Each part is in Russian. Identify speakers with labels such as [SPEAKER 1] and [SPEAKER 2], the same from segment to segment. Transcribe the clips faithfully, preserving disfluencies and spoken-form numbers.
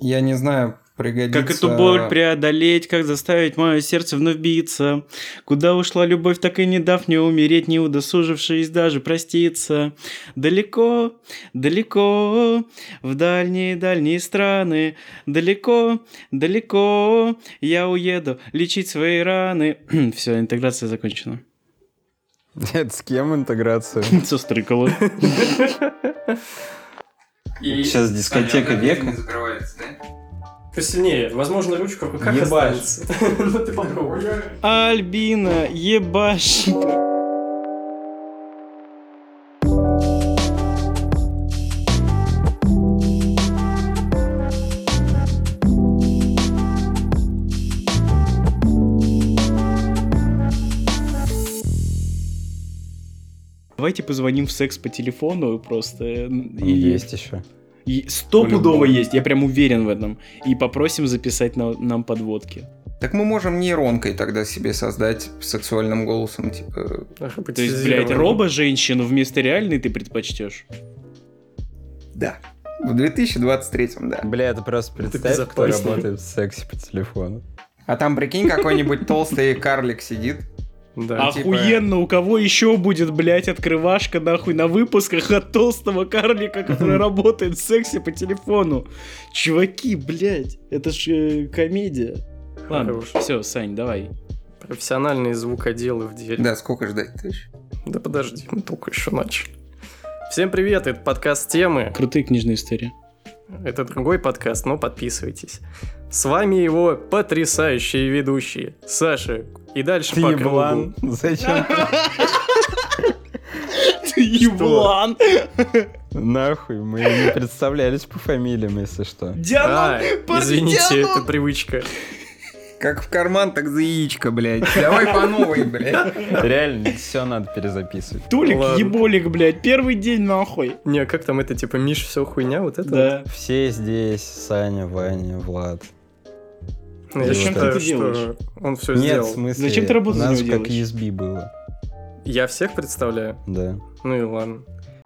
[SPEAKER 1] Я не знаю, пригодится...
[SPEAKER 2] Как эту боль преодолеть, как заставить мое сердце вновь биться. Куда ушла любовь, так и не дав мне умереть, не удосужившись даже проститься. Далеко, далеко, в дальние-дальние страны. Далеко, далеко, я уеду лечить свои раны. Все, интеграция закончена.
[SPEAKER 1] Это с кем интеграция?
[SPEAKER 2] Со Стрыкало.
[SPEAKER 1] Сейчас дискотека века.
[SPEAKER 3] Посильнее. Возможно, ручка в руках останется. Ну ты попробуй.
[SPEAKER 2] Альбина, ебашь. Давайте позвоним в секс по телефону просто.
[SPEAKER 1] И... Есть еще.
[SPEAKER 2] И стопудово есть, я прям уверен в этом. И попросим записать на, нам подводки.
[SPEAKER 1] Так мы можем нейронкой тогда себе создать сексуальным голосом, типа...
[SPEAKER 2] То есть, блядь, робо-женщину вместо реальной ты предпочтешь?
[SPEAKER 1] Да. В две тысячи двадцать третьем, да.
[SPEAKER 4] Бля, это просто представь, кто работает в сексе по телефону.
[SPEAKER 1] А там, прикинь, какой-нибудь толстый карлик сидит.
[SPEAKER 2] Да, охуенно, типа... у кого еще будет, блядь, открывашка, нахуй, на выпусках от толстого карлика, который работает в сексе по телефону. Чуваки, блядь, это ж э, комедия. Ладно, все, Сань, давай.
[SPEAKER 3] Профессиональные звукоделы в деле.
[SPEAKER 1] Да, сколько ждать-то еще?
[SPEAKER 3] Да подожди, мы только еще начали. Всем привет, это подкаст «Темы».
[SPEAKER 2] Крутые книжные истории.
[SPEAKER 3] Это другой подкаст, но подписывайтесь. С вами его потрясающие ведущие Саша и дальше
[SPEAKER 4] ты
[SPEAKER 3] по
[SPEAKER 4] еблан.
[SPEAKER 3] кругу.
[SPEAKER 4] Зачем?
[SPEAKER 2] Ты еблан.
[SPEAKER 4] Нахуй, мы не представлялись по фамилиям, если что.
[SPEAKER 3] А, извините, это привычка.
[SPEAKER 1] Как в карман, так за яичко, блядь. Давай по новой, блядь.
[SPEAKER 4] Реально, все надо перезаписывать.
[SPEAKER 2] Толик, ладно. Еболик, блядь, первый день нахуй.
[SPEAKER 3] Не, как там это, типа, Миш, все хуйня, вот это?
[SPEAKER 2] Да.
[SPEAKER 3] Вот?
[SPEAKER 4] Все здесь, Саня, Ваня, Влад.
[SPEAKER 3] Ну, я
[SPEAKER 2] зачем
[SPEAKER 3] считаю,
[SPEAKER 2] ты
[SPEAKER 3] что
[SPEAKER 2] делаешь?
[SPEAKER 3] он все
[SPEAKER 4] Нет,
[SPEAKER 3] сделал.
[SPEAKER 4] в смысле,
[SPEAKER 2] зачем ты работу
[SPEAKER 4] у нас
[SPEAKER 2] за него
[SPEAKER 4] как
[SPEAKER 2] делаешь?
[SPEAKER 4] и эс би было.
[SPEAKER 3] Я всех представляю?
[SPEAKER 4] Да.
[SPEAKER 3] Ну и ладно.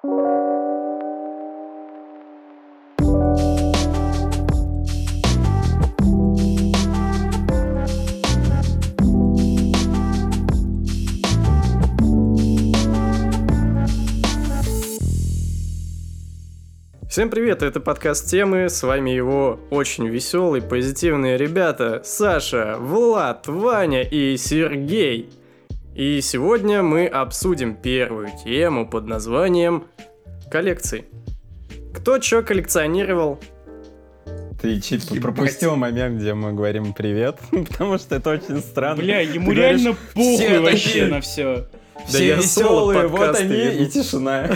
[SPEAKER 3] Всем привет, это подкаст «Темы», с вами его очень веселые, позитивные ребята Саша, Влад, Ваня и Сергей. И сегодня мы обсудим первую тему под названием коллекции. Кто чё коллекционировал?
[SPEAKER 4] Ты чуть пропустил момент, где мы говорим привет, потому что это очень странно.
[SPEAKER 2] Бля, ему реально похуй вообще на все.
[SPEAKER 4] Все веселые, вот они, и тишина.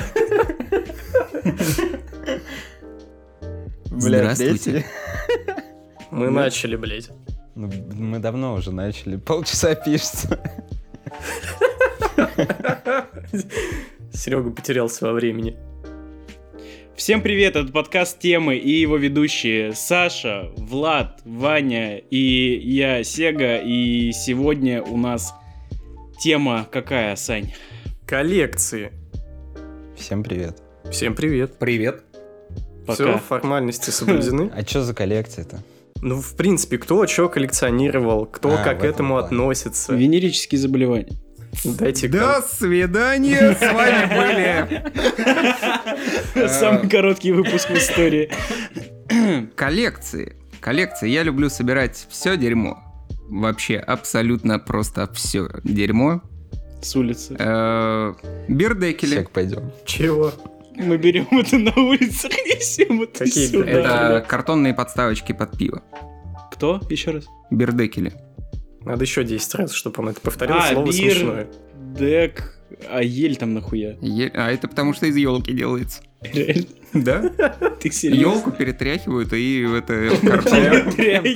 [SPEAKER 1] Здравствуйте.
[SPEAKER 3] Мы начали, блядь.
[SPEAKER 4] Ну, мы давно уже начали, полчаса пишется.
[SPEAKER 3] Серега потерялся во времени.
[SPEAKER 2] Всем привет, это подкаст «Темы» и его ведущие Саша, Влад, Ваня и я, Сега. И сегодня у нас тема какая, Сань?
[SPEAKER 3] Коллекции.
[SPEAKER 4] Всем привет.
[SPEAKER 3] Всем привет.
[SPEAKER 1] Привет.
[SPEAKER 2] Пока.
[SPEAKER 3] Все, формальности соблюдены.
[SPEAKER 4] А что за коллекция-то?
[SPEAKER 3] Ну, в принципе, кто что коллекционировал, кто
[SPEAKER 4] А,
[SPEAKER 3] как к этому
[SPEAKER 4] плане.
[SPEAKER 3] относится.
[SPEAKER 2] Венерические заболевания.
[SPEAKER 3] Дайте
[SPEAKER 1] До свидания, с вами были...
[SPEAKER 2] Самый короткий выпуск в истории.
[SPEAKER 1] Коллекции. Коллекции. Я люблю собирать все дерьмо. Вообще, абсолютно просто все дерьмо.
[SPEAKER 2] С улицы.
[SPEAKER 1] Бирдекели.
[SPEAKER 4] Всех пойдем.
[SPEAKER 3] Чего?
[SPEAKER 2] Мы берем это на улицах, несем это
[SPEAKER 3] Какие
[SPEAKER 2] сюда.
[SPEAKER 1] Это картонные подставочки под пиво.
[SPEAKER 2] Кто? Еще раз.
[SPEAKER 1] Бирдекели.
[SPEAKER 3] Надо еще десять раз, чтобы он это повторил,
[SPEAKER 2] А,
[SPEAKER 3] слово
[SPEAKER 2] бир,
[SPEAKER 3] смешное.
[SPEAKER 2] дек, а ель там нахуя?
[SPEAKER 1] Е- А это потому что из елки делается.
[SPEAKER 2] Реально?
[SPEAKER 1] Да?
[SPEAKER 2] Ты серьезно?
[SPEAKER 1] Елку перетряхивают и в это в картон.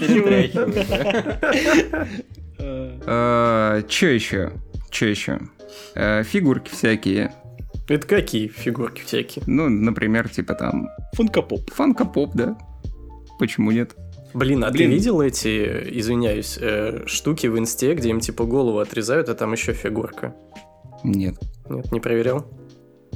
[SPEAKER 1] Че еще? Че еще? Фигурки всякие.
[SPEAKER 3] Это какие фигурки всякие?
[SPEAKER 1] Ну, например, типа там...
[SPEAKER 2] Функопоп.
[SPEAKER 1] Фанкопоп, да? Почему нет?
[SPEAKER 3] Блин, а
[SPEAKER 2] Блин.
[SPEAKER 3] ты видел эти, извиняюсь, э, штуки в инсте, где им типа голову отрезают, а там еще фигурка?
[SPEAKER 1] Нет.
[SPEAKER 3] Нет, не проверял?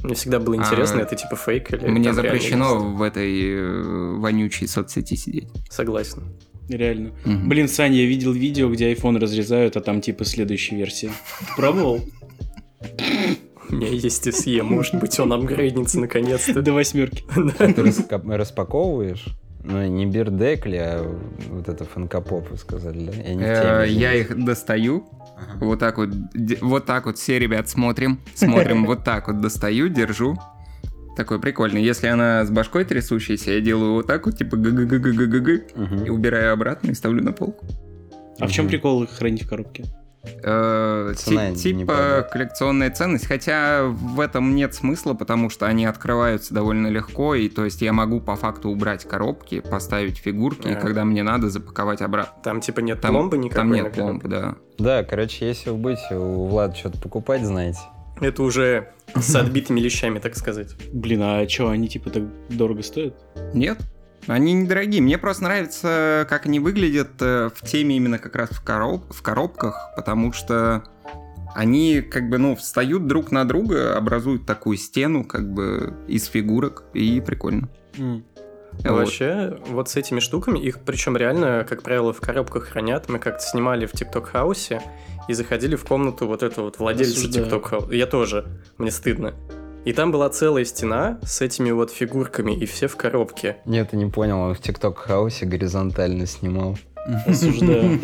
[SPEAKER 3] Мне всегда было интересно,
[SPEAKER 1] А,
[SPEAKER 3] это типа фейк или...
[SPEAKER 1] Мне
[SPEAKER 3] там реально
[SPEAKER 1] запрещено
[SPEAKER 3] есть.
[SPEAKER 1] в этой э, вонючей соцсети сидеть.
[SPEAKER 3] Согласен.
[SPEAKER 2] Реально.
[SPEAKER 1] Мгм.
[SPEAKER 2] Блин, Саня, я видел видео, где iPhone разрезают, а там типа следующая версия. Пробовал?
[SPEAKER 3] У меня есть эс и, может быть, он апгрейднется наконец-то.
[SPEAKER 2] До восьмерки.
[SPEAKER 4] Ты раска- распаковываешь? Ну, не бирдекли, а вот это фанкопоп, вы сказали, да? Я не в
[SPEAKER 1] Э,
[SPEAKER 4] теме.
[SPEAKER 1] Я их достаю.
[SPEAKER 4] Ага.
[SPEAKER 1] Вот так вот, д- вот так вот все, ребят, смотрим. Смотрим, вот так вот достаю, держу. Такой прикольный. Если она с башкой трясущейся, я делаю вот так вот, типа г-г-г-г-г-г,
[SPEAKER 4] Мгм.
[SPEAKER 1] и убираю обратно и ставлю на полку.
[SPEAKER 2] А в чем
[SPEAKER 4] Мгм.
[SPEAKER 2] прикол их хранить в коробке?
[SPEAKER 1] Э,
[SPEAKER 4] Цена
[SPEAKER 1] ти-
[SPEAKER 4] не
[SPEAKER 1] Типа
[SPEAKER 4] падает.
[SPEAKER 1] коллекционная ценность, хотя в этом нет смысла, потому что они открываются довольно легко, и то есть я могу по факту убрать коробки, поставить фигурки, и
[SPEAKER 3] А.
[SPEAKER 1] когда мне надо, запаковать обратно.
[SPEAKER 3] Там типа нет
[SPEAKER 1] Там,
[SPEAKER 3] пломбы никакой.
[SPEAKER 1] там
[SPEAKER 3] на
[SPEAKER 1] нет
[SPEAKER 3] коробке.
[SPEAKER 1] пломбы, да.
[SPEAKER 4] Да, короче, если вы будете у Влада что-то покупать, знаете.
[SPEAKER 3] Это уже с отбитыми лещами, так сказать.
[SPEAKER 2] Блин, а что, они типа так дорого стоят?
[SPEAKER 1] Нет, они недорогие. Мне просто нравится, как они выглядят э, в теме именно как раз в, короб- в коробках, потому что они как бы, ну, встают друг на друга, образуют такую стену как бы из фигурок, и прикольно.
[SPEAKER 2] М.
[SPEAKER 3] А
[SPEAKER 1] Вот.
[SPEAKER 3] Вообще, вот с этими штуками, их причем реально, как правило, в коробках хранят. Мы как-то снимали в TikTok хаусе и заходили в комнату вот этого вот владельца
[SPEAKER 2] Осуждаю.
[SPEAKER 3] TikTok хауса. Я тоже, мне стыдно. И там была целая стена с этими вот фигурками, и все в коробке.
[SPEAKER 4] Нет, ты не понял, он в ТикТок хаусе горизонтально снимал.
[SPEAKER 2] Осуждаю.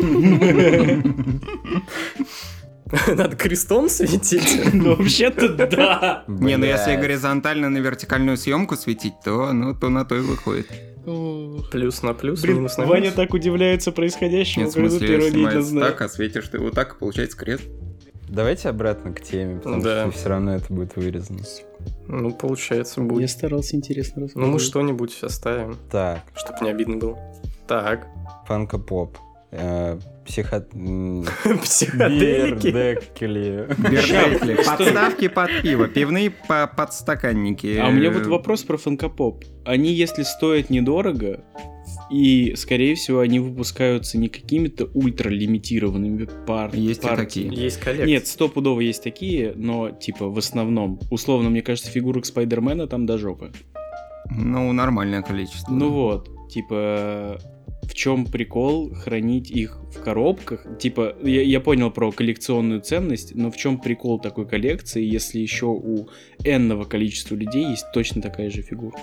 [SPEAKER 3] Надо крестом светить.
[SPEAKER 2] Ну, вообще-то да.
[SPEAKER 1] Не, ну если
[SPEAKER 4] Блядь.
[SPEAKER 1] горизонтально на вертикальную съемку светить, то, ну, то на то и выходит.
[SPEAKER 3] Плюс на плюс,
[SPEAKER 2] Блин,
[SPEAKER 3] минус на
[SPEAKER 2] Ваня
[SPEAKER 3] минус.
[SPEAKER 2] так удивляется происходящему,
[SPEAKER 1] Нет, в
[SPEAKER 2] как будто
[SPEAKER 1] смысле,
[SPEAKER 2] первый лично
[SPEAKER 1] снимается
[SPEAKER 2] знает.
[SPEAKER 1] так, а светишь ты вот так, и получается крест.
[SPEAKER 4] Давайте обратно к теме, потому
[SPEAKER 3] Да.
[SPEAKER 4] что все равно это будет вырезано.
[SPEAKER 3] Ну, получается,
[SPEAKER 2] Я
[SPEAKER 3] будет.
[SPEAKER 2] старался интересно
[SPEAKER 3] Ну,
[SPEAKER 2] рассказать.
[SPEAKER 3] мы что-нибудь оставим,
[SPEAKER 4] Так,
[SPEAKER 3] чтобы не обидно было. Так.
[SPEAKER 4] фанкопоп. Э, Психо... м,
[SPEAKER 3] Психоделики.
[SPEAKER 4] Бирдекли.
[SPEAKER 1] Бердекли,
[SPEAKER 2] Стой.
[SPEAKER 1] подставки под пиво, пивные по- подстаканники.
[SPEAKER 2] А у меня вот вопрос про фанкопоп. Они, если стоят недорого, и, скорее всего, они выпускаются не какими-то ультралимитированными пар...
[SPEAKER 1] Есть и
[SPEAKER 2] партиями.
[SPEAKER 1] такие.
[SPEAKER 3] Есть коллекция.
[SPEAKER 2] Нет, стопудово есть такие, но, типа, в основном. Условно, мне кажется, фигурок Спайдермена там до жопы.
[SPEAKER 1] Ну, нормальное количество.
[SPEAKER 2] Ну вот, типа, в чем прикол хранить их в коробках? Типа, я, я понял про коллекционную ценность, но в чем прикол такой коллекции, если еще у энного количества людей есть точно такая же фигурка?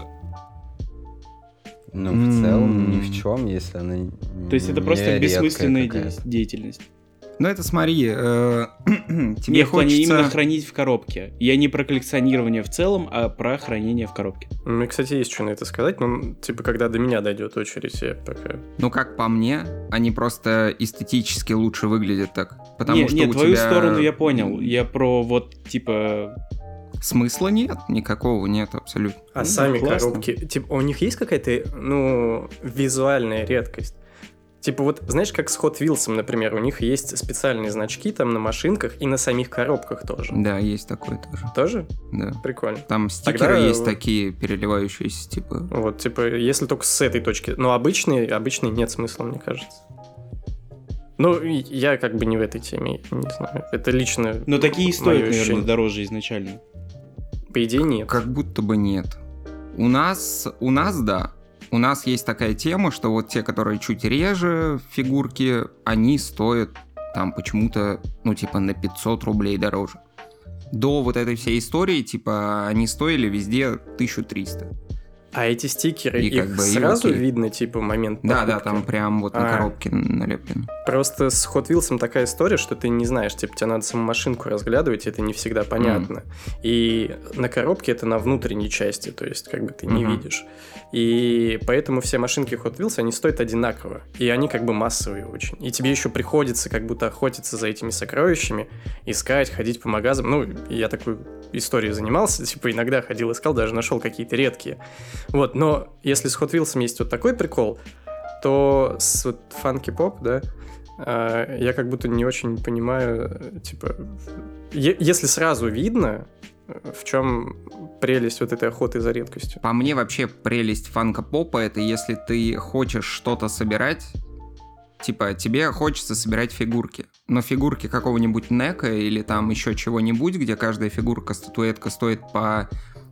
[SPEAKER 4] Ну, в целом, ни
[SPEAKER 1] М.
[SPEAKER 4] в чем, если она
[SPEAKER 2] То есть это
[SPEAKER 4] не
[SPEAKER 2] просто
[SPEAKER 4] редкая
[SPEAKER 2] бессмысленная
[SPEAKER 4] какая-то.
[SPEAKER 2] де- деятельность.
[SPEAKER 1] Ну, это смотри, э, тебе
[SPEAKER 2] Не в плане именно
[SPEAKER 1] хочется...
[SPEAKER 2] хранить в коробке. Я не про коллекционирование в целом, а про хранение в коробке.
[SPEAKER 3] Мне, кстати, есть что на это сказать, но, типа, когда до меня дойдет очередь, я пока...
[SPEAKER 1] Ну, как по мне, они просто эстетически лучше выглядят так. Потому
[SPEAKER 2] не,
[SPEAKER 1] что
[SPEAKER 2] не,
[SPEAKER 1] у
[SPEAKER 2] твою
[SPEAKER 1] тебя...
[SPEAKER 2] сторону я понял. Я про вот, типа...
[SPEAKER 1] Смысла нет, никакого нет абсолютно.
[SPEAKER 3] А
[SPEAKER 2] Ну,
[SPEAKER 3] сами
[SPEAKER 2] классно.
[SPEAKER 3] коробки, типа, у них есть какая-то, ну, визуальная редкость? Типа вот, знаешь, как с Hot Wheels, например, у них есть специальные значки там на машинках и на самих коробках тоже.
[SPEAKER 1] Да, есть такое тоже.
[SPEAKER 3] Тоже?
[SPEAKER 1] Да.
[SPEAKER 3] Прикольно.
[SPEAKER 1] Там стикеры
[SPEAKER 3] Тогда-
[SPEAKER 1] есть такие переливающиеся, типа...
[SPEAKER 3] Вот, типа, если только с этой точки. Но обычные, обычные нет смысла, мне кажется. Ну, и я как бы не в этой теме, не знаю. Это лично
[SPEAKER 2] Но такие и
[SPEAKER 3] моё
[SPEAKER 2] стоят, наверное,
[SPEAKER 3] ощущение.
[SPEAKER 2] дороже изначально.
[SPEAKER 3] По идее, нет.
[SPEAKER 1] Как будто бы нет. У нас, у нас, да. У нас есть такая тема, что вот те, которые чуть реже фигурки, они стоят там почему-то, ну, типа, на пятьсот рублей дороже. До вот этой всей истории, типа, они стоили везде тысячу триста.
[SPEAKER 3] А эти стикеры,
[SPEAKER 1] И
[SPEAKER 3] их
[SPEAKER 1] как бы, и
[SPEAKER 3] сразу
[SPEAKER 1] окей.
[SPEAKER 3] видно, типа, момент
[SPEAKER 1] Да, да,
[SPEAKER 3] покупки?
[SPEAKER 1] там прям вот на
[SPEAKER 3] А.
[SPEAKER 1] коробке налеплено.
[SPEAKER 3] Просто с Hot Wheels такая история, что ты не знаешь, типа, тебе надо саму машинку разглядывать, и это не всегда понятно. И на коробке это на внутренней части, то есть, как бы ты не
[SPEAKER 1] Мгм.
[SPEAKER 3] видишь. И поэтому все машинки Hot Wheels, они стоят одинаково. И они как бы массовые очень. И тебе еще приходится как будто охотиться за этими сокровищами, искать, ходить по магазам. Ну, я такой историей занимался, типа, иногда ходил, искал, даже нашел какие-то редкие. Вот, но если с Hot Wheels есть вот такой прикол, то с вот Funky Pop, да, э, я как будто не очень понимаю, э, типа, е- если сразу видно, э, в чем прелесть вот этой охоты за редкостью.
[SPEAKER 1] По мне вообще прелесть фанка-попа — это если ты хочешь что-то собирать, типа тебе хочется собирать фигурки, но фигурки какого-нибудь Нека или там еще чего-нибудь, где каждая фигурка, статуэтка стоит по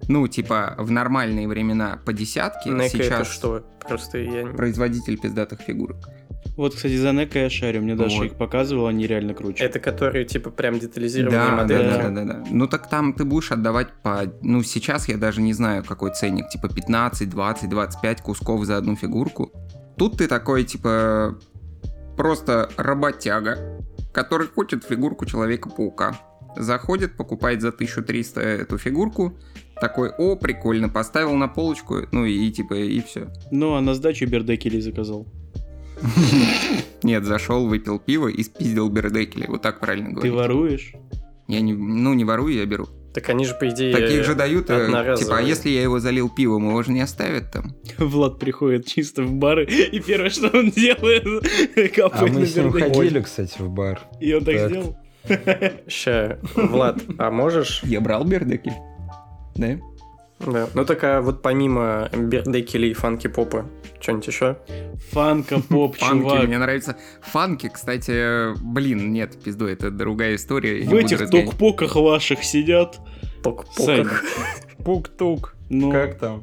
[SPEAKER 1] Ну, типа, в нормальные времена по десятке,
[SPEAKER 3] Нека это
[SPEAKER 1] сейчас
[SPEAKER 3] что? Просто я... не-
[SPEAKER 1] производитель пиздатых фигурок.
[SPEAKER 2] Вот, кстати, за Нека я шарю, мне Даша
[SPEAKER 1] Вот.
[SPEAKER 2] их показывала, они реально круче.
[SPEAKER 3] Это которые, типа, прям детализированные
[SPEAKER 1] Да, да,
[SPEAKER 3] модели.
[SPEAKER 1] да, да, да, да. Ну так там ты будешь отдавать по... Ну сейчас я даже не знаю, какой ценник. Типа пятнадцать, двадцать, двадцать пять кусков за одну фигурку. Тут ты такой, типа, просто работяга, который хочет фигурку Человека-паука. Заходит, покупает за тысячу триста эту фигурку. Такой, о, прикольно, поставил на полочку. Ну и типа, и все.
[SPEAKER 2] Ну, а на сдачу Бердекели заказал.
[SPEAKER 1] Нет, зашел, выпил пиво и спиздил бердекели. Вот так правильно
[SPEAKER 2] Ты
[SPEAKER 1] говорить.
[SPEAKER 2] воруешь?
[SPEAKER 1] Я не, ну, не ворую, я беру.
[SPEAKER 3] Так они же, по идее,
[SPEAKER 1] Таких же дают, э,
[SPEAKER 3] одноразовые.
[SPEAKER 1] типа, а если я его залил пивом, его же не оставят там?
[SPEAKER 2] Влад приходит чисто в бары, и первое, что он делает,
[SPEAKER 4] А
[SPEAKER 2] капает
[SPEAKER 4] мы
[SPEAKER 2] на
[SPEAKER 4] с ним
[SPEAKER 2] Бердекели.
[SPEAKER 4] ходили, кстати, в бар.
[SPEAKER 2] И он так
[SPEAKER 4] Так.
[SPEAKER 2] сделал?
[SPEAKER 3] Ща, Влад, а можешь...
[SPEAKER 1] Я брал бердекель. Да?
[SPEAKER 3] Да. Ну так, а вот помимо бердекелей и фанки-попа, что-нибудь еще?
[SPEAKER 2] Фанка-поп,
[SPEAKER 1] Фанки,
[SPEAKER 2] чувак.
[SPEAKER 1] мне нравится. Фанки, кстати, блин, нет, пизду, это другая история. я
[SPEAKER 2] В
[SPEAKER 1] не буду
[SPEAKER 2] этих
[SPEAKER 1] разгонять.
[SPEAKER 2] ток-поках ваших сидят. Сань,
[SPEAKER 3] Ток-поках.
[SPEAKER 4] Пук-тук.
[SPEAKER 2] ну,
[SPEAKER 4] Как там?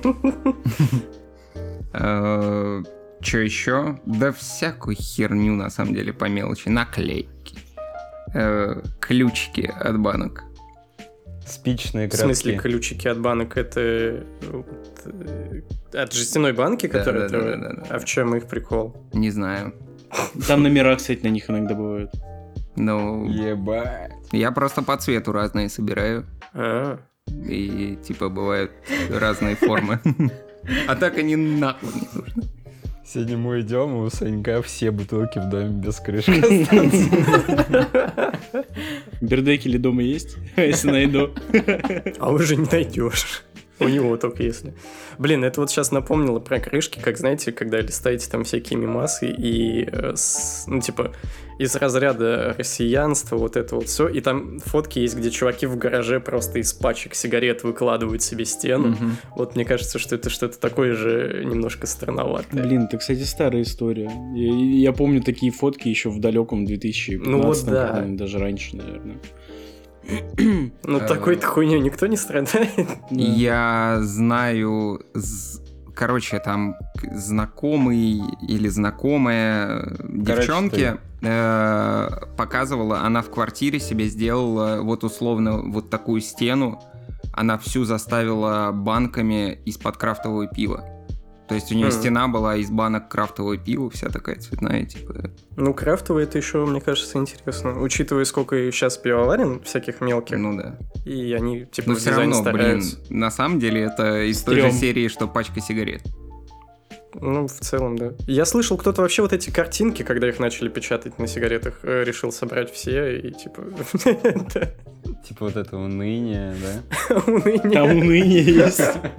[SPEAKER 1] Э, Чё еще? Да всякую херню, на самом деле, по мелочи. Наклейки. Э, Ключики от банок.
[SPEAKER 4] Спичные
[SPEAKER 3] В
[SPEAKER 4] кратки.
[SPEAKER 3] смысле, ключики от банок это... вот, э, От жестяной банки,
[SPEAKER 1] Да,
[SPEAKER 3] которая...
[SPEAKER 1] да,
[SPEAKER 3] ты-
[SPEAKER 1] да, да, да,
[SPEAKER 3] А в чем их прикол?
[SPEAKER 1] Не знаю.
[SPEAKER 2] там номера, кстати, на них иногда бывают.
[SPEAKER 1] Ну,
[SPEAKER 4] Ебать.
[SPEAKER 1] я просто по цвету разные собираю.
[SPEAKER 3] А,
[SPEAKER 1] И, типа, бывают разные формы. А так они нахуй не нужны.
[SPEAKER 4] Сегодня мы идем, и у Санька все бутылки в доме без крышки останутся.
[SPEAKER 2] Бердекели дома есть? Если найду.
[SPEAKER 3] а уже не найдешь. У него только если. Блин, это вот сейчас напомнило про крышки, как, знаете, когда листаете там всякие мемасы и, э, с- ну, типа, из разряда россиянства, вот это вот все, и там фотки есть, где чуваки в гараже просто из пачек сигарет выкладывают себе стену.
[SPEAKER 1] Мгм.
[SPEAKER 3] Вот мне кажется, что это что-то такое же немножко странноватое.
[SPEAKER 2] Блин, это, кстати, старая история. Я, я помню такие фотки еще в далеком две тысячи пятнадцатом,
[SPEAKER 3] Ну вот да.
[SPEAKER 2] по-моему, даже раньше, наверное.
[SPEAKER 3] Ну,
[SPEAKER 1] Э,
[SPEAKER 3] такой-то хуйней никто не страдает.
[SPEAKER 2] Да.
[SPEAKER 1] Я знаю, з- короче, там к- знакомый или знакомая девчонки э, показывала, она в квартире себе сделала вот условно вот такую стену, она всю заставила банками из-под крафтового пива. То есть у нее
[SPEAKER 3] Мгм.
[SPEAKER 1] стена была из банок крафтового пива, вся такая цветная, типа.
[SPEAKER 3] Ну, крафтовый это еще, мне кажется, интересно. Учитывая, сколько сейчас пивоварен всяких мелких,
[SPEAKER 1] Ну да.
[SPEAKER 3] и они, типа,
[SPEAKER 1] Но
[SPEAKER 3] в
[SPEAKER 1] все
[SPEAKER 3] дизайне
[SPEAKER 1] равно, блин,
[SPEAKER 3] стараются.
[SPEAKER 1] на самом деле это из той же
[SPEAKER 2] Стрём.
[SPEAKER 1] серии, что пачка сигарет.
[SPEAKER 3] Ну, в целом, да. Я слышал, кто-то вообще вот эти картинки, когда их начали печатать на сигаретах, э, решил собрать все и, типа... да,
[SPEAKER 4] Типа вот это уныние, да?
[SPEAKER 3] уныние.
[SPEAKER 2] Там уныние есть.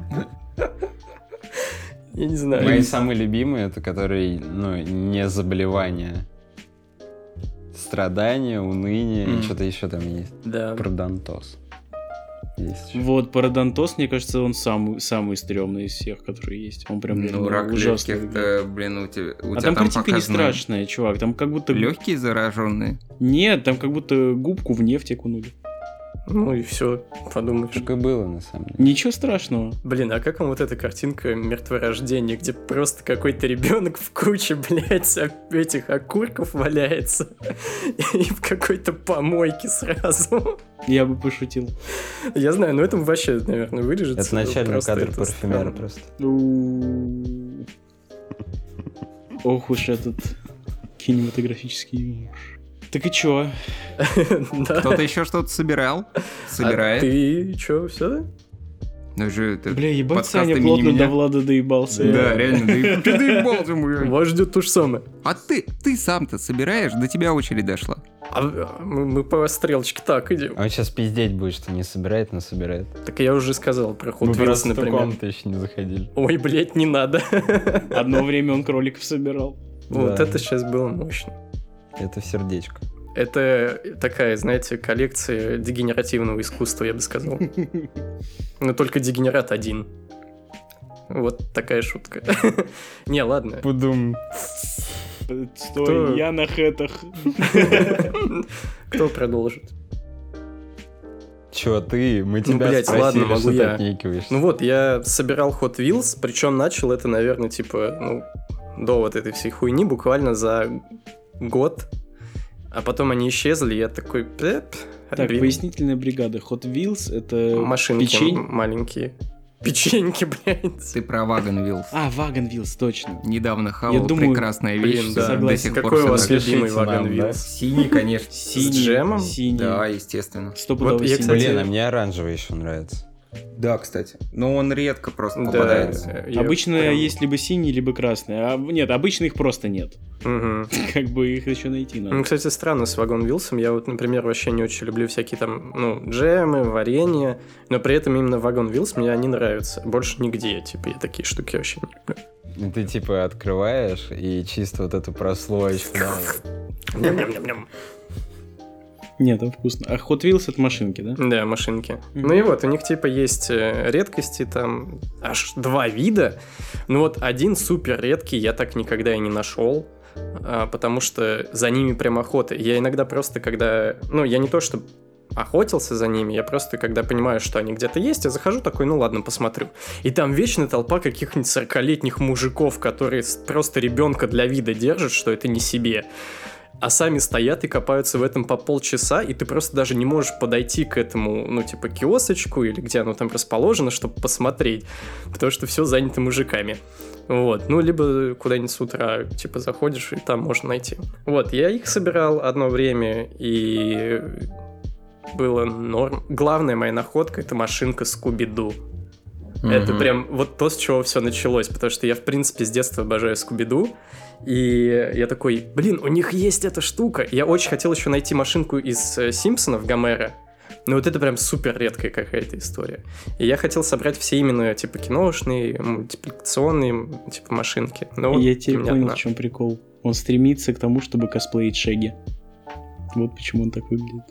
[SPEAKER 3] Я не знаю.
[SPEAKER 4] Мои самые любимые, это которые, ну, не заболевания. Страдания, уныние,
[SPEAKER 1] Мгм.
[SPEAKER 4] и что-то еще там есть.
[SPEAKER 3] Да.
[SPEAKER 4] Пародонтоз. Есть еще.
[SPEAKER 2] Вот, пародонтоз, мне кажется, он самый, самый стрёмный из всех, которые есть. Он прям
[SPEAKER 1] Ну,
[SPEAKER 2] реально
[SPEAKER 1] рак
[SPEAKER 2] ужасный.
[SPEAKER 1] легких-то, блин, у тебя, у
[SPEAKER 2] А
[SPEAKER 1] тебя
[SPEAKER 2] там
[SPEAKER 1] там
[SPEAKER 2] картинка не
[SPEAKER 1] показано
[SPEAKER 2] страшная, чувак. Там как будто...
[SPEAKER 1] легкие зараженные.
[SPEAKER 2] Нет, там как будто губку в нефть окунули.
[SPEAKER 3] Ну и все, подумаешь.
[SPEAKER 4] Так и было, на самом деле.
[SPEAKER 2] Ничего страшного.
[SPEAKER 3] Блин, а как вам вот эта картинка мертворождения, где просто какой-то ребенок в куче, блядь, об- этих окурков валяется и в какой-то помойке сразу?
[SPEAKER 2] Я бы пошутил.
[SPEAKER 3] Я знаю, но это вообще, наверное, вырежется.
[SPEAKER 4] Это начальный
[SPEAKER 3] Просто
[SPEAKER 4] кадр
[SPEAKER 3] это
[SPEAKER 4] парфюмера
[SPEAKER 3] странно.
[SPEAKER 4] просто.
[SPEAKER 2] У. Ох уж этот кинематографический юмор. Так и чё?
[SPEAKER 3] Да.
[SPEAKER 1] Кто-то еще что-то собирал?
[SPEAKER 3] А
[SPEAKER 1] Собирает.
[SPEAKER 3] ты чё, все?
[SPEAKER 1] Ну же, это
[SPEAKER 2] Бля, ебать,
[SPEAKER 1] подкаст
[SPEAKER 2] Саня
[SPEAKER 1] имени
[SPEAKER 2] плотно
[SPEAKER 1] меня.
[SPEAKER 2] до Влада доебался.
[SPEAKER 1] Да, реально, да и- ты доебался, мой.
[SPEAKER 3] Вас ждет то же самое.
[SPEAKER 1] А ты, ты сам-то собираешь? До тебя очередь дошла.
[SPEAKER 3] А а, мы, мы по стрелочке так идем.
[SPEAKER 4] А он сейчас пиздеть будет, что не собирает, но собирает.
[SPEAKER 3] Так я уже сказал про Hot
[SPEAKER 4] Мы
[SPEAKER 3] Wheels,
[SPEAKER 4] просто в
[SPEAKER 3] например.
[SPEAKER 4] комнату еще не заходили.
[SPEAKER 3] Ой, блядь, не надо.
[SPEAKER 2] Одно время он кроликов собирал.
[SPEAKER 3] Вот
[SPEAKER 4] Да.
[SPEAKER 3] это сейчас было мощно.
[SPEAKER 4] Это в сердечко.
[SPEAKER 3] Это такая, знаете, коллекция дегенеративного искусства, я бы сказал. Но только дегенерат один. Вот такая шутка. Не, ладно.
[SPEAKER 4] Пудум.
[SPEAKER 2] Стой,
[SPEAKER 3] Кто?
[SPEAKER 2] я на хэтах.
[SPEAKER 3] Кто продолжит?
[SPEAKER 4] Чё ты? Мы
[SPEAKER 3] Ну,
[SPEAKER 4] тебя
[SPEAKER 3] блядь,
[SPEAKER 4] спросили,
[SPEAKER 3] ладно, могу
[SPEAKER 4] что ты
[SPEAKER 3] я.
[SPEAKER 4] отнекиваешься.
[SPEAKER 3] Ну вот, я собирал Hot Wheels, причем начал это, наверное, типа, ну, до вот этой всей хуйни, буквально за год. А потом они исчезли, и я такой... Пеп,
[SPEAKER 2] Так,
[SPEAKER 3] блин,
[SPEAKER 2] пояснительная бригада. Hot Wheels — это
[SPEAKER 3] машинки
[SPEAKER 2] печень...
[SPEAKER 3] маленькие. Печеньки, блядь.
[SPEAKER 1] Ты про Wagon Wheels.
[SPEAKER 2] А, Wagon Wheels, точно.
[SPEAKER 1] Недавно хавал,
[SPEAKER 2] Я думаю,
[SPEAKER 1] прекрасная вещь.
[SPEAKER 3] блин,
[SPEAKER 1] что
[SPEAKER 3] да.
[SPEAKER 1] до сих
[SPEAKER 3] Какой
[SPEAKER 1] пор
[SPEAKER 3] у вас
[SPEAKER 1] всё так.
[SPEAKER 3] любимый
[SPEAKER 4] Напишите
[SPEAKER 3] Wagon
[SPEAKER 4] нам, да?
[SPEAKER 3] Wheels?
[SPEAKER 1] Синий, конечно.
[SPEAKER 2] Синий,
[SPEAKER 3] джемом?
[SPEAKER 2] Синий.
[SPEAKER 1] Да, естественно.
[SPEAKER 2] Стопудово
[SPEAKER 3] Вот я,
[SPEAKER 2] синий.
[SPEAKER 3] кстати,
[SPEAKER 4] Блин, а мне оранжевый еще нравится.
[SPEAKER 1] Да, кстати. Но он редко просто
[SPEAKER 3] Да,
[SPEAKER 1] попадается.
[SPEAKER 3] я
[SPEAKER 2] Обычно
[SPEAKER 3] прям-
[SPEAKER 2] есть либо синий, либо красный. А, нет, обычно их просто нет.
[SPEAKER 3] Мгм.
[SPEAKER 2] Как бы их еще найти надо.
[SPEAKER 3] Ну, кстати, странно с Wagon Wheels'ом. Я вот, например, вообще не очень люблю всякие там, ну, джемы, варенье, но при этом именно Wagon Wheels мне они нравятся. Больше нигде, типа, я такие штуки вообще не люблю.
[SPEAKER 4] И ты типа открываешь и чисто вот эту прослоечку. да,
[SPEAKER 3] Ням-ням-ням-ням.
[SPEAKER 2] Нет, там вкусно. А Hot Wheels — это машинки, да?
[SPEAKER 3] Да, машинки.
[SPEAKER 2] Мгм.
[SPEAKER 3] Ну и вот, у них типа есть э, редкости, там аж два вида. Ну вот один супер редкий я так никогда и не нашел, а, потому что за ними прям охота. Я иногда просто, когда... Ну, я не то, что охотился за ними, я просто, когда понимаю, что они где-то есть, я захожу такой, ну ладно, посмотрю. И там вечно толпа каких-нибудь сорокалетних мужиков, которые с- просто ребенка для вида держат, что это не себе. А сами стоят и копаются в этом по полчаса, и ты просто даже не можешь подойти к этому, ну, типа, киосочку или где оно там расположено, чтобы посмотреть, потому что все занято мужиками. Вот, ну, либо куда-нибудь с утра, типа, заходишь, и там можно найти. Вот, я их собирал одно время, и было норм. Главная моя находка — это машинка Скуби-Ду. Это
[SPEAKER 1] Мгм.
[SPEAKER 3] прям вот то, с чего все началось, потому что я, в принципе, с детства обожаю Скуби-Ду, и я такой, блин, у них есть эта штука. Я очень хотел еще найти машинку из э, Симпсонов, Гомера, но вот это прям супер редкая какая-то история. И я хотел собрать все именно, типа, киношные, мультипликационные, типа, машинки. Но вот
[SPEAKER 2] Я
[SPEAKER 3] у
[SPEAKER 2] теперь
[SPEAKER 3] меня
[SPEAKER 2] понял,
[SPEAKER 3] одна.
[SPEAKER 2] в чем прикол. Он стремится к тому, чтобы косплеить Шеги. Вот почему он так выглядит.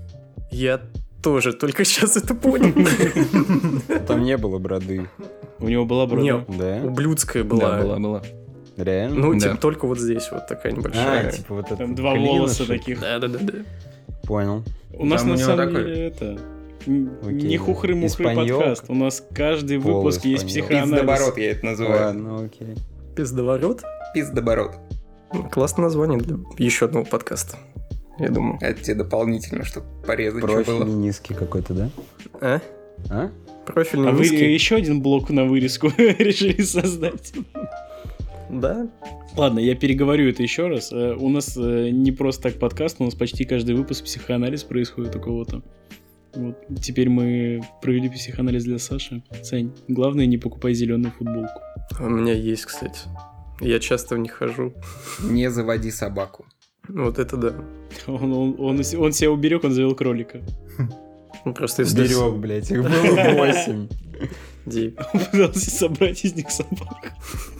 [SPEAKER 3] Я тоже только сейчас это понял.
[SPEAKER 4] Там не было броды.
[SPEAKER 2] У него была борода.
[SPEAKER 3] Не,
[SPEAKER 4] Да?
[SPEAKER 3] ублюдская
[SPEAKER 1] Да,
[SPEAKER 3] была.
[SPEAKER 1] была, была.
[SPEAKER 4] Реально?
[SPEAKER 3] Ну,
[SPEAKER 1] Да.
[SPEAKER 3] типа, только вот здесь вот такая
[SPEAKER 4] А,
[SPEAKER 3] небольшая.
[SPEAKER 4] типа вот это.
[SPEAKER 2] Там два волоса таких.
[SPEAKER 3] Да-да-да.
[SPEAKER 4] Понял.
[SPEAKER 2] У нас
[SPEAKER 1] Там у
[SPEAKER 2] на
[SPEAKER 1] него
[SPEAKER 2] самом
[SPEAKER 1] такой-
[SPEAKER 2] деле это... н-
[SPEAKER 4] Окей.
[SPEAKER 2] Не хухры-мухры
[SPEAKER 4] Испаньол.
[SPEAKER 2] подкаст. У нас каждый
[SPEAKER 4] Полу
[SPEAKER 2] выпуск есть
[SPEAKER 4] испаньол.
[SPEAKER 2] психоанализ.
[SPEAKER 1] Пиздоборот я это называю.
[SPEAKER 4] Ладно, окей.
[SPEAKER 3] Пиздоворот.
[SPEAKER 1] Пиздоборот.
[SPEAKER 3] Классное название для еще одного подкаста, я думаю.
[SPEAKER 1] Это тебе дополнительно, чтобы порезать, что
[SPEAKER 4] Профиль
[SPEAKER 1] было.
[SPEAKER 4] низкий какой-то, да?
[SPEAKER 3] А?
[SPEAKER 4] А?
[SPEAKER 3] Профильный
[SPEAKER 2] А вы
[SPEAKER 3] низкий?
[SPEAKER 2] еще один блок на вырезку решили создать?
[SPEAKER 3] Да.
[SPEAKER 2] Ладно, я переговорю это еще раз. Э, У нас э, не просто так подкаст, у нас почти каждый выпуск психоанализ происходит у кого-то. Вот. Теперь мы провели психоанализ для Саши. Сань, главное, не покупай зеленую футболку.
[SPEAKER 3] У меня есть, кстати. Я часто в них хожу.
[SPEAKER 1] Не заводи собаку.
[SPEAKER 3] Вот это да.
[SPEAKER 2] Он, он, он, он себя уберег, он завел кролика.
[SPEAKER 3] Ну, просто если...
[SPEAKER 4] Берег, блядь, их было восемь.
[SPEAKER 3] Девять.
[SPEAKER 2] Он пытался собрать из них собак.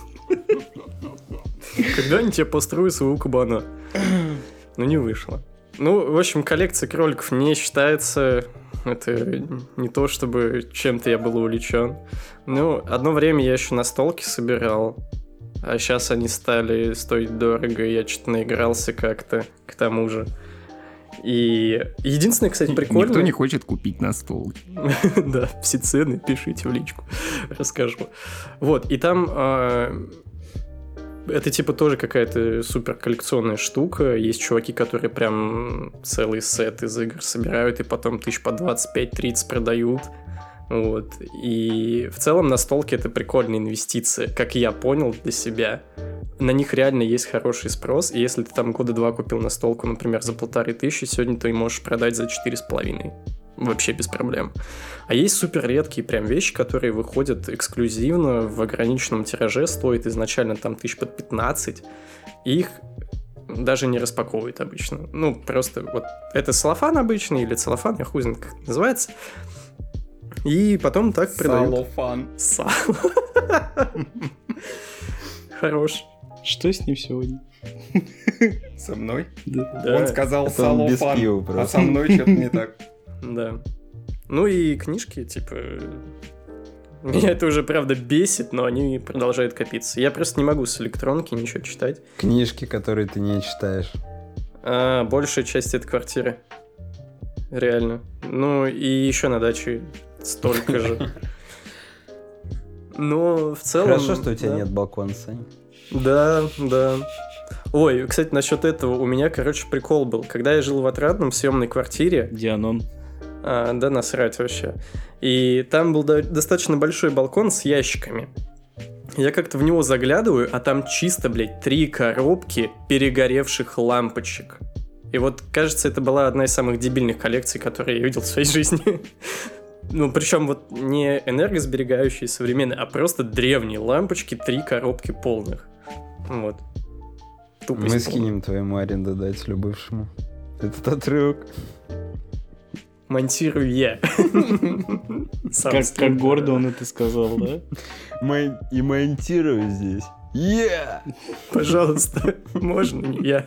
[SPEAKER 3] Когда-нибудь я построю своего кабана. Но не вышло. Ну, в общем, коллекция кроликов не считается... Это не то, чтобы чем-то я был увлечен. Ну, одно время я еще настолки собирал. А сейчас они стали стоить дорого, и я что-то наигрался как-то к тому же. И единственное, кстати, прикольно...
[SPEAKER 1] Никто не хочет купить на стол.
[SPEAKER 3] Да, все цены пишите в личку, расскажу. Вот, и там а, это типа тоже какая-то супер коллекционная штука. Есть чуваки, которые прям целый сет из игр собирают и потом тысяч по двадцать пять тридцать продают. Вот. И в целом настолки это прикольная инвестиция, как я понял для себя. На них реально есть хороший спрос, и если ты там года два купил настолку, например, за полторы тысячи, сегодня ты можешь продать за четыре с половиной. Вообще без проблем. А есть супер редкие прям вещи, которые выходят эксклюзивно в ограниченном тираже, стоят изначально там тысяч под пятнадцать, и их даже не распаковывают обычно. Ну, просто вот это целлофан обычный или целлофан, я хуй знает, как это называется. И потом так продают.
[SPEAKER 1] Салофан.
[SPEAKER 3] Сало. Хорош.
[SPEAKER 2] Что с ним сегодня?
[SPEAKER 1] Со мной?
[SPEAKER 2] Да.
[SPEAKER 3] Да.
[SPEAKER 1] Он сказал
[SPEAKER 4] Это он без
[SPEAKER 1] салофан,
[SPEAKER 4] пива
[SPEAKER 1] а
[SPEAKER 4] просто.
[SPEAKER 1] со мной что-то не так.
[SPEAKER 3] Да. Ну и книжки, типа... Меня это уже, правда, бесит, но они продолжают копиться. Я просто не могу с электронки ничего читать.
[SPEAKER 4] Книжки, которые ты не читаешь.
[SPEAKER 3] А, большая часть — это квартиры. реально. Ну, и еще на даче столько же. Но в целом...
[SPEAKER 4] Хорошо, что у тебя
[SPEAKER 3] да.
[SPEAKER 4] нет балкона, Сань.
[SPEAKER 3] Да, да. Ой, кстати, насчет этого, у меня, короче, прикол был. Когда я жил в Отрадном, в съемной квартире...
[SPEAKER 2] Дианон.
[SPEAKER 3] А, да насрать вообще. И там был до- достаточно большой балкон с ящиками. Я как-то в него заглядываю, а там чисто, блядь, три коробки перегоревших лампочек. И вот, кажется, это была одна из самых дебильных коллекций, которые я видел в своей жизни. Ну, причем вот не энергосберегающие современные, а просто древние лампочки, три коробки полных. Вот. Тупость
[SPEAKER 4] Мы
[SPEAKER 3] полная.
[SPEAKER 4] скинем твоему арендодателю бывшему этот отрывок.
[SPEAKER 3] Монтирую я. Сам
[SPEAKER 2] Как,
[SPEAKER 3] скину.
[SPEAKER 2] как гордо он это сказал, да?
[SPEAKER 4] Мон- И монтирую здесь. Yeah!
[SPEAKER 3] Пожалуйста, можно не я.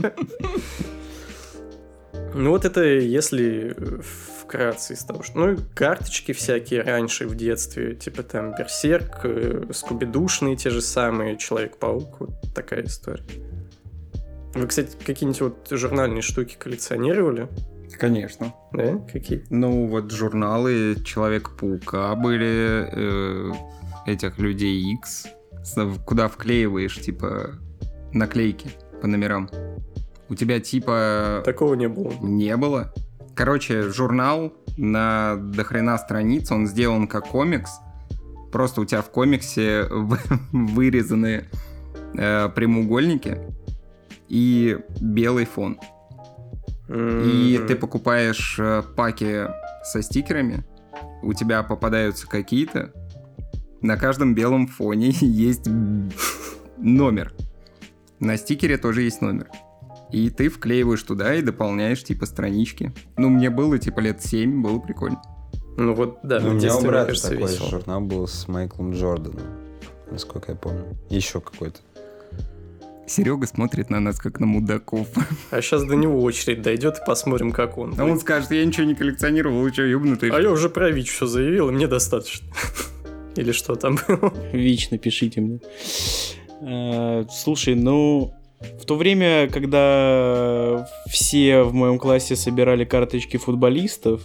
[SPEAKER 3] Ну вот это если вкратце из того, что... Ну и карточки всякие раньше в детстве, типа там Берсерк, э, Скуби-Душные те же самые, Человек-паук, вот такая история. Вы, кстати, какие-нибудь вот журнальные штуки коллекционировали?
[SPEAKER 1] Конечно.
[SPEAKER 3] Да? Какие?
[SPEAKER 1] Ну, вот журналы Человека-паука были, э, этих Людей Икс, с- куда вклеиваешь, типа, наклейки по номерам. У тебя, типа,
[SPEAKER 3] Такого не было.
[SPEAKER 1] не было. Короче, журнал на дохрена страниц, он сделан как комикс. Просто у тебя в комиксе вы- вырезаны э, прямоугольники и белый фон. И
[SPEAKER 3] М-м.
[SPEAKER 1] ты покупаешь э, паки со стикерами, у тебя попадаются какие-то, на каждом белом фоне есть номер. На стикере тоже есть номер. И ты вклеиваешь туда и дополняешь, типа, странички. Ну, мне было, типа, лет семь, было прикольно.
[SPEAKER 3] Ну вот, да,
[SPEAKER 4] Ну, у
[SPEAKER 3] в
[SPEAKER 4] меня у
[SPEAKER 3] детстве, мне
[SPEAKER 4] брата
[SPEAKER 3] кажется,
[SPEAKER 4] такой
[SPEAKER 3] весело.
[SPEAKER 4] журнал был с Майклом Джорданом, насколько я помню. Еще какой-то.
[SPEAKER 1] Серега смотрит на нас, как на мудаков.
[SPEAKER 3] А сейчас до него очередь дойдет, и посмотрим, как он.
[SPEAKER 1] А он скажет, я ничего не коллекционировал, вы что, ёбнутый?
[SPEAKER 3] А я уже про ВИЧ все заявил, и мне достаточно. Или что там было?
[SPEAKER 2] ВИЧ, напишите мне. Э, Слушай, ну... В то время, когда все в моем классе собирали карточки футболистов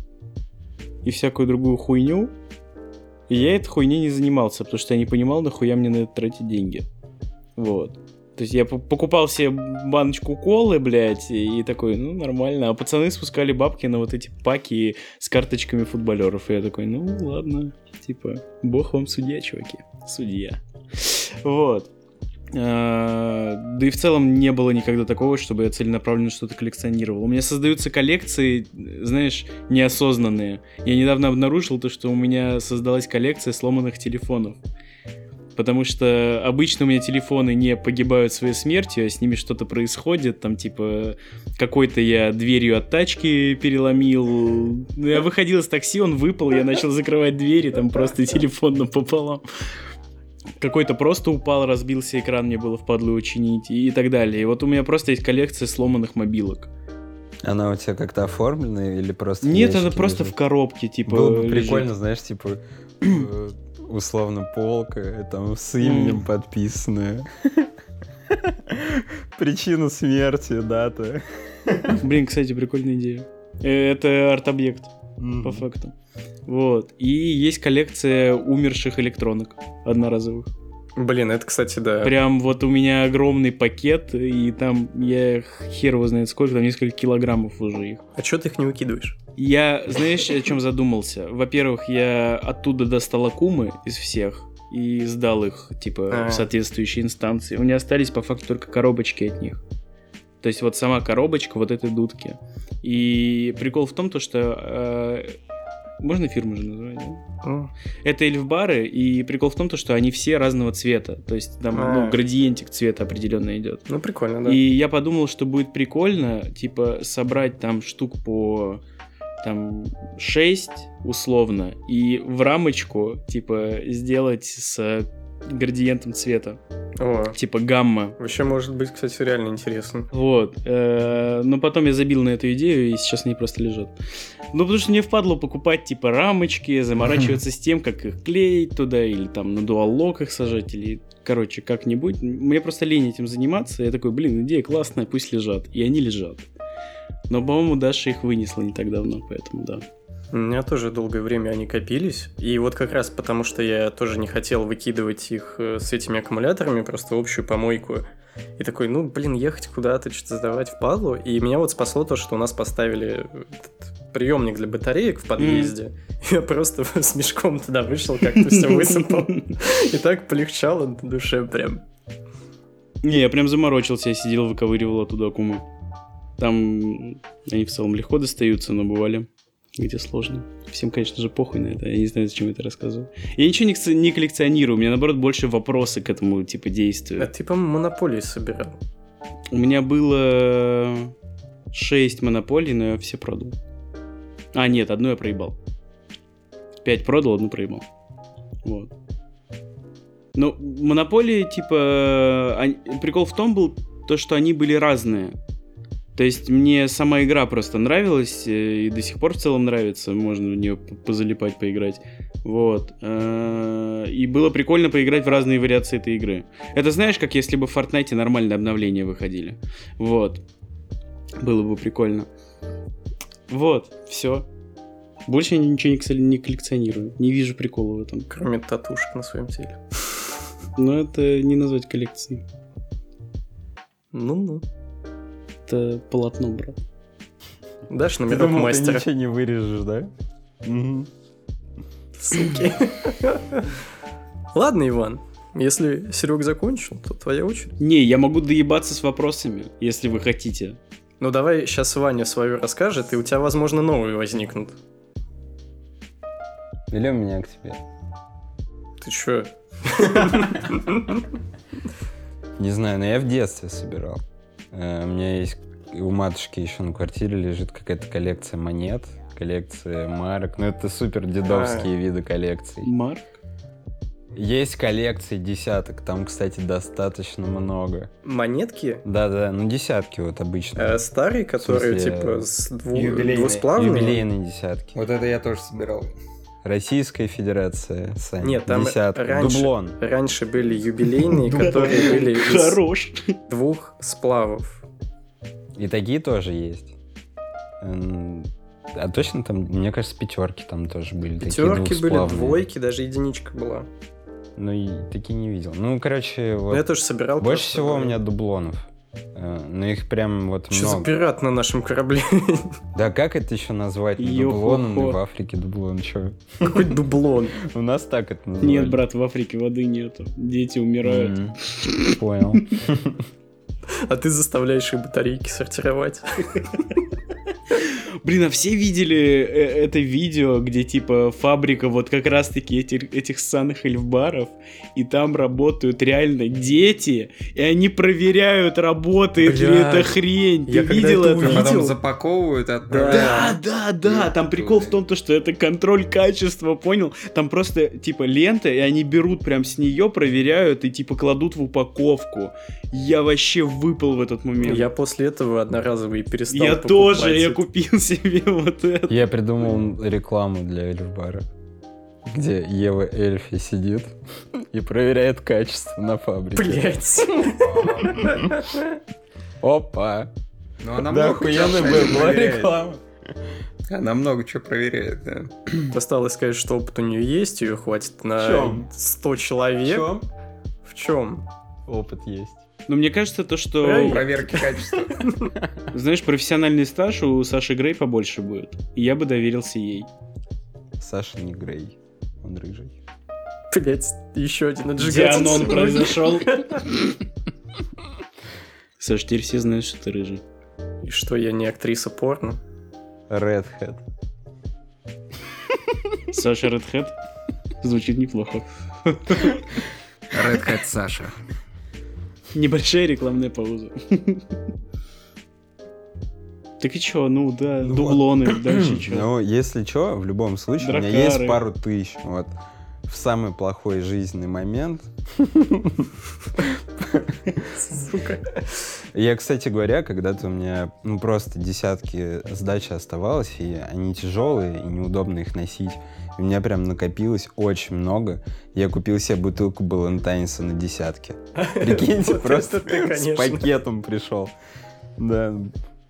[SPEAKER 2] и всякую другую хуйню, я этой хуйней не занимался, потому что я не понимал, нахуя мне на это тратить деньги. Вот. То есть я п- покупал себе баночку колы, блядь, и такой, ну, нормально. А пацаны спускали бабки на вот эти паки с карточками футболеров. И я такой, ну, ладно, типа, бог вам судья, чуваки. Судья. Вот. А, да и в целом не было никогда такого, чтобы я целенаправленно что-то коллекционировал. У меня создаются коллекции, знаешь, неосознанные. Я недавно обнаружил то, что у меня создалась коллекция сломанных телефонов. Потому что обычно у меня телефоны не погибают своей смертью, а с ними что-то происходит. Там, типа, какой-то я дверью от тачки переломил. Ну, я выходил из такси, он выпал, я начал закрывать двери, там просто телефон напополам. Какой-то просто упал, разбился экран, мне было впадло его чинить и так далее. И вот у меня просто есть коллекция сломанных мобилок.
[SPEAKER 4] Она у тебя как-то оформлена или просто... в
[SPEAKER 2] Нет, она
[SPEAKER 4] ящике
[SPEAKER 2] просто
[SPEAKER 4] лежит?
[SPEAKER 2] в коробке, типа,
[SPEAKER 4] Было бы
[SPEAKER 2] лежит.
[SPEAKER 4] прикольно, знаешь, типа, э, условно, полка, там, с именем
[SPEAKER 2] М.
[SPEAKER 4] подписанная. Причина смерти, дата.
[SPEAKER 2] Блин, кстати, прикольная идея. Э, Это арт-объект, по факту. Вот. И есть коллекция умерших электронок одноразовых.
[SPEAKER 3] Блин, это, кстати, да.
[SPEAKER 2] Прям вот у меня огромный пакет, и там я хер его знает сколько, там несколько килограммов уже их.
[SPEAKER 3] А чё ты их не выкидываешь?
[SPEAKER 2] Я, знаешь, о чем задумался? Во-первых, я оттуда достал аккумы из всех и сдал их, типа,
[SPEAKER 3] А.
[SPEAKER 2] в соответствующие инстанции. У меня остались, по факту, только коробочки от них. То есть вот сама коробочка вот этой дудки. И прикол в том, то, что... э, можно фирму же назвать, да?
[SPEAKER 3] Ну,
[SPEAKER 2] Это эльфбары, и прикол в том, то, что они все разного цвета. То есть там,
[SPEAKER 3] А.
[SPEAKER 2] ну, градиентик цвета определенно идет.
[SPEAKER 3] ну, прикольно, да.
[SPEAKER 2] И я подумал, что будет прикольно, типа, собрать там штук по там шесть условно, и в рамочку, типа, сделать с градиентом цвета.
[SPEAKER 3] О,
[SPEAKER 2] Типа гамма.
[SPEAKER 3] вообще может быть, кстати, реально интересно.
[SPEAKER 2] Вот. Э, Но потом я забил на эту идею, и сейчас они просто лежат. Ну, потому что мне впадло покупать, типа, рамочки, заморачиваться с тем, как их клеить туда, или там на дуал-лок их сажать, или, короче, как-нибудь. Мне просто лень этим заниматься. Я такой, блин, идея классная, пусть лежат. И они лежат. Но, по-моему, Даша их вынесла не так давно, поэтому да.
[SPEAKER 3] У меня тоже долгое время они копились. И вот как раз потому, что я тоже не хотел выкидывать их с этими аккумуляторами просто в общую помойку. И такой, ну, блин, ехать куда-то, что-то сдавать впадлу. И меня вот спасло то, что у нас поставили этот приемник для батареек в подъезде. Mm. Я просто с мешком туда вышел, как-то все высыпал. И так полегчало на душе прям.
[SPEAKER 2] Не, я прям заморочился, я сидел, выковыривал оттуда аккумы. Там они в целом легко достаются, но бывали, где сложно. Всем, конечно же, похуй на это. Я не знаю, зачем я это рассказываю. Я ничего не, не коллекционирую. У меня, наоборот, больше вопросы к этому типа действию.
[SPEAKER 3] А ты, по-моему, монополии собирал.
[SPEAKER 2] У меня было шесть монополий, но я все продал. А, нет, одну я проебал. Пять продал, одну проебал. Вот. Ну, монополии, типа... Они... Прикол в том был, то, что они были разные. То есть мне сама игра просто нравилась, и до сих пор в целом нравится, можно в нее позалипать, поиграть. Вот. И было прикольно поиграть в разные вариации этой игры. Это знаешь, как если бы в Fortnite нормальные обновления выходили. Вот. Было бы прикольно. Вот, все. Больше я ничего не коллекционирую. Не вижу прикола в этом.
[SPEAKER 3] Кроме татушек на своем теле.
[SPEAKER 2] Но это не назвать коллекцией.
[SPEAKER 3] Ну-ну.
[SPEAKER 2] Это полотно, брат.
[SPEAKER 3] Дашь номерок
[SPEAKER 4] думал,
[SPEAKER 3] мастера?
[SPEAKER 4] Ты ничего не вырежешь, да? Угу.
[SPEAKER 3] Суки. Ладно, Иван. Если Серег закончил, то твоя очередь.
[SPEAKER 2] Не, я могу доебаться с вопросами, если вы хотите.
[SPEAKER 3] Ну давай сейчас Ваня свою расскажет, и у тебя, возможно, новые возникнут.
[SPEAKER 4] Или у меня к тебе.
[SPEAKER 3] Ты чё?
[SPEAKER 4] Не знаю, но я в детстве собирал. У меня есть у матушки еще на квартире лежит какая-то коллекция монет, коллекция марок. Ну, это супер дедовские виды коллекций.
[SPEAKER 2] Марк?
[SPEAKER 4] Есть коллекции десяток, там, кстати, достаточно много.
[SPEAKER 3] Монетки?
[SPEAKER 4] Да-да, ну десятки вот обычно.
[SPEAKER 3] А старые, которые,
[SPEAKER 4] смысле,
[SPEAKER 3] типа, с дву...
[SPEAKER 1] юбилейные.
[SPEAKER 3] двусплавными?
[SPEAKER 4] Юбилейные десятки.
[SPEAKER 1] Вот это я тоже собирал.
[SPEAKER 4] Российская Федерация, Сань.
[SPEAKER 3] Нет, там
[SPEAKER 4] десятка.
[SPEAKER 3] раньше,
[SPEAKER 4] Дублон.
[SPEAKER 3] раньше были юбилейные, которые были из
[SPEAKER 2] Хорош.
[SPEAKER 3] двух сплавов.
[SPEAKER 4] И такие тоже есть. А точно там, мне кажется, пятерки там тоже были.
[SPEAKER 3] Пятерки были, двойки, даже единичка была.
[SPEAKER 4] Ну, и такие не видел. Ну, короче, вот.
[SPEAKER 3] Ну, я тоже собирал.
[SPEAKER 4] Больше всего у меня дублонов. Но их прям вот
[SPEAKER 3] Что
[SPEAKER 4] много.
[SPEAKER 3] за пират на нашем корабле?
[SPEAKER 4] Да как это еще назвать? Дублон, в Африке дублон, чё?
[SPEAKER 3] Какой дублон?
[SPEAKER 4] У нас так это называют.
[SPEAKER 2] Нет, брат, в Африке воды нету. Дети умирают.
[SPEAKER 4] Понял.
[SPEAKER 3] А ты заставляешь их батарейки сортировать.
[SPEAKER 2] Блин, а все видели э- это видео, где типа фабрика вот как раз-таки этих, этих ссаных эльфбаров, и там работают реально дети, и они проверяют, работает
[SPEAKER 3] Бля,
[SPEAKER 2] ли эта хрень. Ты
[SPEAKER 3] я когда
[SPEAKER 2] видел
[SPEAKER 3] это
[SPEAKER 2] это?
[SPEAKER 3] увидел-
[SPEAKER 1] Потом запаковывают, отправляют.
[SPEAKER 2] Да, да, да, там прикол в том, то, что это контроль качества, понял? Там просто, типа, лента, и они берут прям с нее, проверяют и, типа, кладут в упаковку. Я вообще выпал в этот момент.
[SPEAKER 3] Я после этого одноразовый перестал
[SPEAKER 2] Я
[SPEAKER 3] покупать.
[SPEAKER 2] тоже, я
[SPEAKER 3] это.
[SPEAKER 2] купил себе вот это.
[SPEAKER 4] Я придумал рекламу для эльфбара, где Ева Эльфи сидит и проверяет качество на фабрике.
[SPEAKER 3] Блять.
[SPEAKER 4] Опа!
[SPEAKER 1] Ну, она
[SPEAKER 4] Да,
[SPEAKER 1] много чего
[SPEAKER 4] охуенная была
[SPEAKER 1] проверяет.
[SPEAKER 4] реклама.
[SPEAKER 1] Она много чего проверяет, да.
[SPEAKER 3] Осталось сказать, что опыт у нее есть, ее хватит на
[SPEAKER 4] чём?
[SPEAKER 3] сто человек. В чем?
[SPEAKER 4] Опыт есть.
[SPEAKER 2] Но мне кажется, то, что,
[SPEAKER 3] Правильно.
[SPEAKER 1] Проверки качества.
[SPEAKER 2] знаешь, профессиональный стаж у Саши Грей побольше будет. И я бы доверился ей.
[SPEAKER 4] Саша не Грей, он рыжий.
[SPEAKER 3] Блять, еще один
[SPEAKER 2] Где
[SPEAKER 3] отжигатель.
[SPEAKER 2] он
[SPEAKER 3] сегодня.
[SPEAKER 2] произошел? Саш, теперь все знают, что ты рыжий.
[SPEAKER 3] И что, я не актриса порно?
[SPEAKER 4] Red Hat.
[SPEAKER 2] Саша Редхэт? Звучит неплохо.
[SPEAKER 1] Red Hat Саша.
[SPEAKER 2] Небольшая рекламная пауза. Так и чё, ну да, дублоны, дальше чё?
[SPEAKER 4] Ну, если что, в любом случае, у меня
[SPEAKER 2] Дракары.
[SPEAKER 4] есть пару тысяч. Вот. В самый плохой жизненный момент.
[SPEAKER 3] Сука.
[SPEAKER 4] Я, кстати говоря, когда-то у меня ну, просто десятки сдачи оставалось, и они тяжелые, и неудобно их носить. И у меня прям накопилось очень много. Я купил себе бутылку Балантайнса на десятки. Прикиньте,
[SPEAKER 3] Вот
[SPEAKER 4] просто
[SPEAKER 3] это ты,
[SPEAKER 4] с
[SPEAKER 3] конечно.
[SPEAKER 4] пакетом пришел. Да.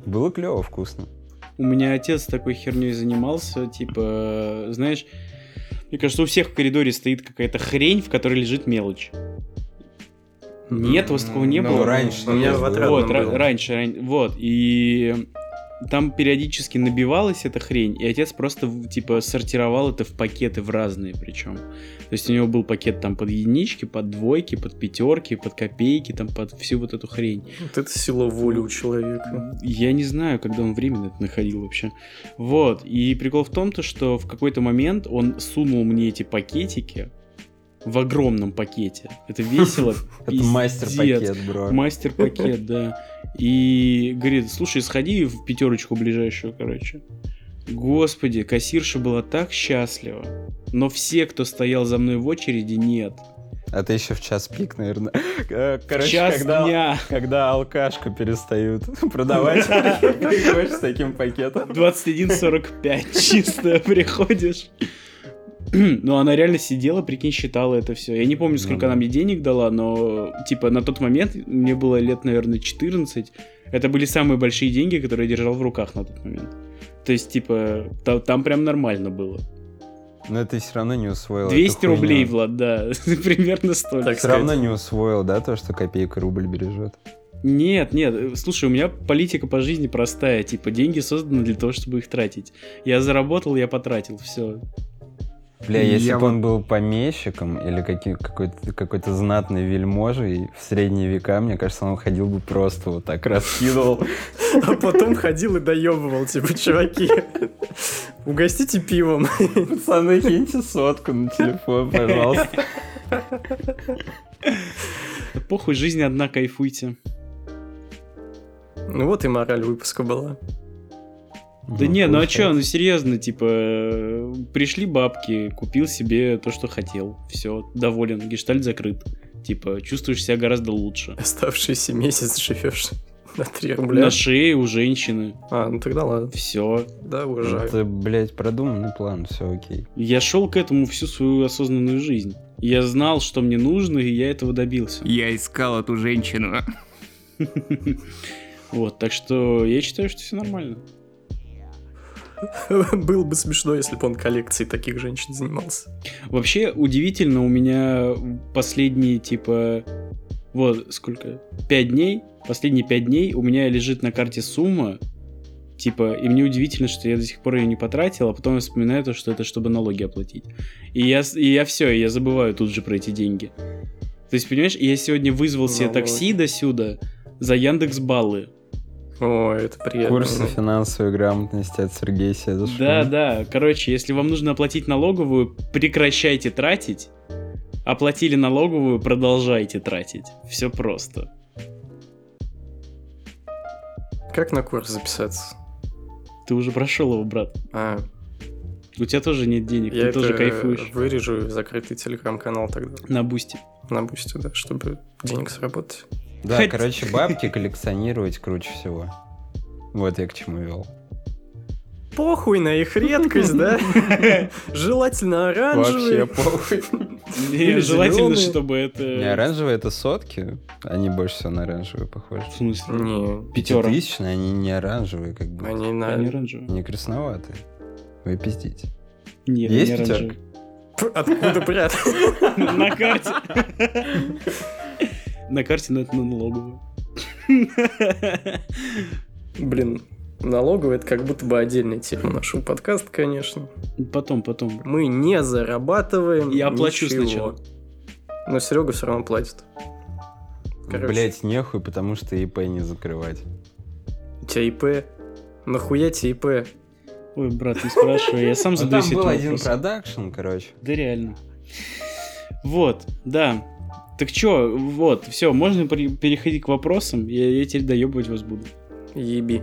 [SPEAKER 4] Было клево, вкусно.
[SPEAKER 2] У меня отец такой херней занимался, типа, знаешь, мне кажется, у всех в коридоре стоит какая-то хрень, в которой лежит мелочь. Нет, у вас такого не
[SPEAKER 1] Ну,
[SPEAKER 2] было?
[SPEAKER 4] раньше
[SPEAKER 3] У меня
[SPEAKER 4] не
[SPEAKER 3] в
[SPEAKER 4] было.
[SPEAKER 3] отрадном
[SPEAKER 2] Вот, ра-
[SPEAKER 3] было.
[SPEAKER 2] раньше, ран- вот, и там периодически набивалась эта хрень, и отец просто, в- типа, сортировал это в пакеты, в разные причем. То есть у него был пакет там под единички, под двойки, под пятерки, под копейки, там под всю вот эту хрень.
[SPEAKER 3] Вот это сила воли у человека.
[SPEAKER 2] Я не знаю, когда он временно это находил вообще. Вот, и прикол в том, то, что в какой-то момент он сунул мне эти пакетики в огромном пакете. Это весело,
[SPEAKER 4] Это
[SPEAKER 2] пиздец.
[SPEAKER 4] мастер-пакет, бро.
[SPEAKER 2] Мастер-пакет, да. И говорит, слушай, сходи в пятерочку ближайшую, короче. Господи, кассирша была так счастлива. Но все, кто стоял за мной в очереди, нет.
[SPEAKER 4] А ты еще в час пик, наверное. Э, Короче,
[SPEAKER 2] Час
[SPEAKER 4] когда,
[SPEAKER 2] дня.
[SPEAKER 4] когда алкашку перестают продавать, приходишь с таким пакетом.
[SPEAKER 2] двадцать один сорок пять чисто приходишь. Ну, она реально сидела, прикинь, считала это все. Я не помню, сколько
[SPEAKER 4] Ну да.
[SPEAKER 2] она мне денег дала, но, типа, на тот момент мне было лет, наверное, четырнадцать. Это были самые большие деньги, которые я держал в руках на тот момент. То есть, типа, та- там прям нормально было.
[SPEAKER 4] Но ты все равно не усвоил эту
[SPEAKER 2] двести
[SPEAKER 4] хуйню.
[SPEAKER 2] рублей, Влад, да, примерно столько.
[SPEAKER 3] Так
[SPEAKER 4] Все равно не усвоил, да, то, что копейка рубль бережет.
[SPEAKER 2] Нет, нет, слушай, у меня политика по жизни простая. Типа, деньги созданы для того, чтобы их тратить. Я заработал, я потратил, все.
[SPEAKER 4] Бля, если
[SPEAKER 1] Я
[SPEAKER 4] бы он
[SPEAKER 1] вот-
[SPEAKER 4] был помещиком или каким- какой-то, какой-то знатной вельможей в средние века, мне кажется, он ходил бы просто вот так раскидывал.
[SPEAKER 3] А потом ходил и доебывал, типа, чуваки, угостите пивом.
[SPEAKER 4] Пацаны, киньте сотку на телефон, пожалуйста.
[SPEAKER 2] Да похуй, жизнь одна, кайфуйте.
[SPEAKER 3] Ну вот и мораль выпуска была.
[SPEAKER 2] Да не, ну а чё, ну серьезно, типа, э, пришли бабки, купил себе то, что хотел, все, доволен, гештальт закрыт. Типа, чувствуешь себя гораздо лучше.
[SPEAKER 3] Оставшийся месяц живешь на три рубля.
[SPEAKER 2] На шее у женщины,
[SPEAKER 3] А, ну тогда ладно.
[SPEAKER 2] все.
[SPEAKER 3] Да, уважаю.
[SPEAKER 4] Это, блядь, продуманный план, все окей.
[SPEAKER 2] Я шел к этому всю свою осознанную жизнь. Я знал, что мне нужно, и я этого добился.
[SPEAKER 1] Я искал эту женщину.
[SPEAKER 2] Вот, так что я считаю, что все нормально.
[SPEAKER 3] Было бы смешно, если бы он коллекцией таких женщин занимался.
[SPEAKER 2] Вообще, удивительно, у меня последние, типа, вот, сколько, пять дней, последние пять дней у меня лежит на карте сумма, типа, и мне удивительно, что я до сих пор ее не потратил, а потом я вспоминаю то, что это чтобы налоги оплатить. И я, и я все, я забываю тут же про эти деньги. То есть, понимаешь, я сегодня вызвал себе
[SPEAKER 3] Налоги.
[SPEAKER 2] такси до сюда за Яндекс.Баллы.
[SPEAKER 3] Ой, это приятно.
[SPEAKER 4] Курсы финансовой грамотности от Сергея Седушева.
[SPEAKER 2] Да, да. Короче, если вам нужно оплатить налоговую, прекращайте тратить. Оплатили налоговую, продолжайте тратить. Все просто.
[SPEAKER 3] Как на курс записаться?
[SPEAKER 2] Ты уже прошел его, брат.
[SPEAKER 3] А,
[SPEAKER 2] У тебя тоже нет денег,
[SPEAKER 3] я
[SPEAKER 2] ты тоже
[SPEAKER 3] это
[SPEAKER 2] кайфуешь.
[SPEAKER 3] вырежу в закрытый телеграм-канал тогда.
[SPEAKER 2] На бусте.
[SPEAKER 3] На бусте, да, чтобы денег заработать.
[SPEAKER 4] Да,
[SPEAKER 2] Хоть-
[SPEAKER 4] короче, бабки коллекционировать круче всего. Вот я к чему вел.
[SPEAKER 3] Похуй на их редкость, да? Желательно
[SPEAKER 4] Вообще
[SPEAKER 3] оранжевые.
[SPEAKER 4] похуй.
[SPEAKER 2] Не, желательно,
[SPEAKER 3] зелёные.
[SPEAKER 2] чтобы это...
[SPEAKER 4] Не, оранжевые это сотки, они больше всего на оранжевые похожи.
[SPEAKER 2] В смысле?
[SPEAKER 3] Не,
[SPEAKER 2] Пятера.
[SPEAKER 4] Пятитысячные, они не оранжевые, как бы.
[SPEAKER 3] они на...
[SPEAKER 2] Они оранжевые.
[SPEAKER 4] Они красноватые. Вы пиздите.
[SPEAKER 2] Нет,
[SPEAKER 4] Есть
[SPEAKER 2] они
[SPEAKER 4] пятерка?
[SPEAKER 2] оранжевые.
[SPEAKER 3] П- Откуда брат?
[SPEAKER 2] На карте. На карте, но это на налоговую.
[SPEAKER 3] Блин, налоговая — это как будто бы отдельная тема нашего подкаста, конечно.
[SPEAKER 2] Потом, потом.
[SPEAKER 3] Мы не зарабатываем
[SPEAKER 2] Я оплачу
[SPEAKER 3] ничего.
[SPEAKER 2] сначала.
[SPEAKER 3] Но Серега все равно платит. Короче.
[SPEAKER 4] Блять, нехуй, потому что ИП не закрывать.
[SPEAKER 3] У тебя ИП. Нахуя тебе ИП?
[SPEAKER 2] Ой, брат, не спрашивай, я сам
[SPEAKER 4] Ну,
[SPEAKER 2] задаюсь
[SPEAKER 4] там
[SPEAKER 2] этим
[SPEAKER 4] был один
[SPEAKER 2] вопросом.
[SPEAKER 4] продакшн, короче.
[SPEAKER 2] Да реально. Вот, да. Так чё, вот, все, можно при- переходить к вопросам, я, я теперь доебывать вас буду.
[SPEAKER 3] Еби.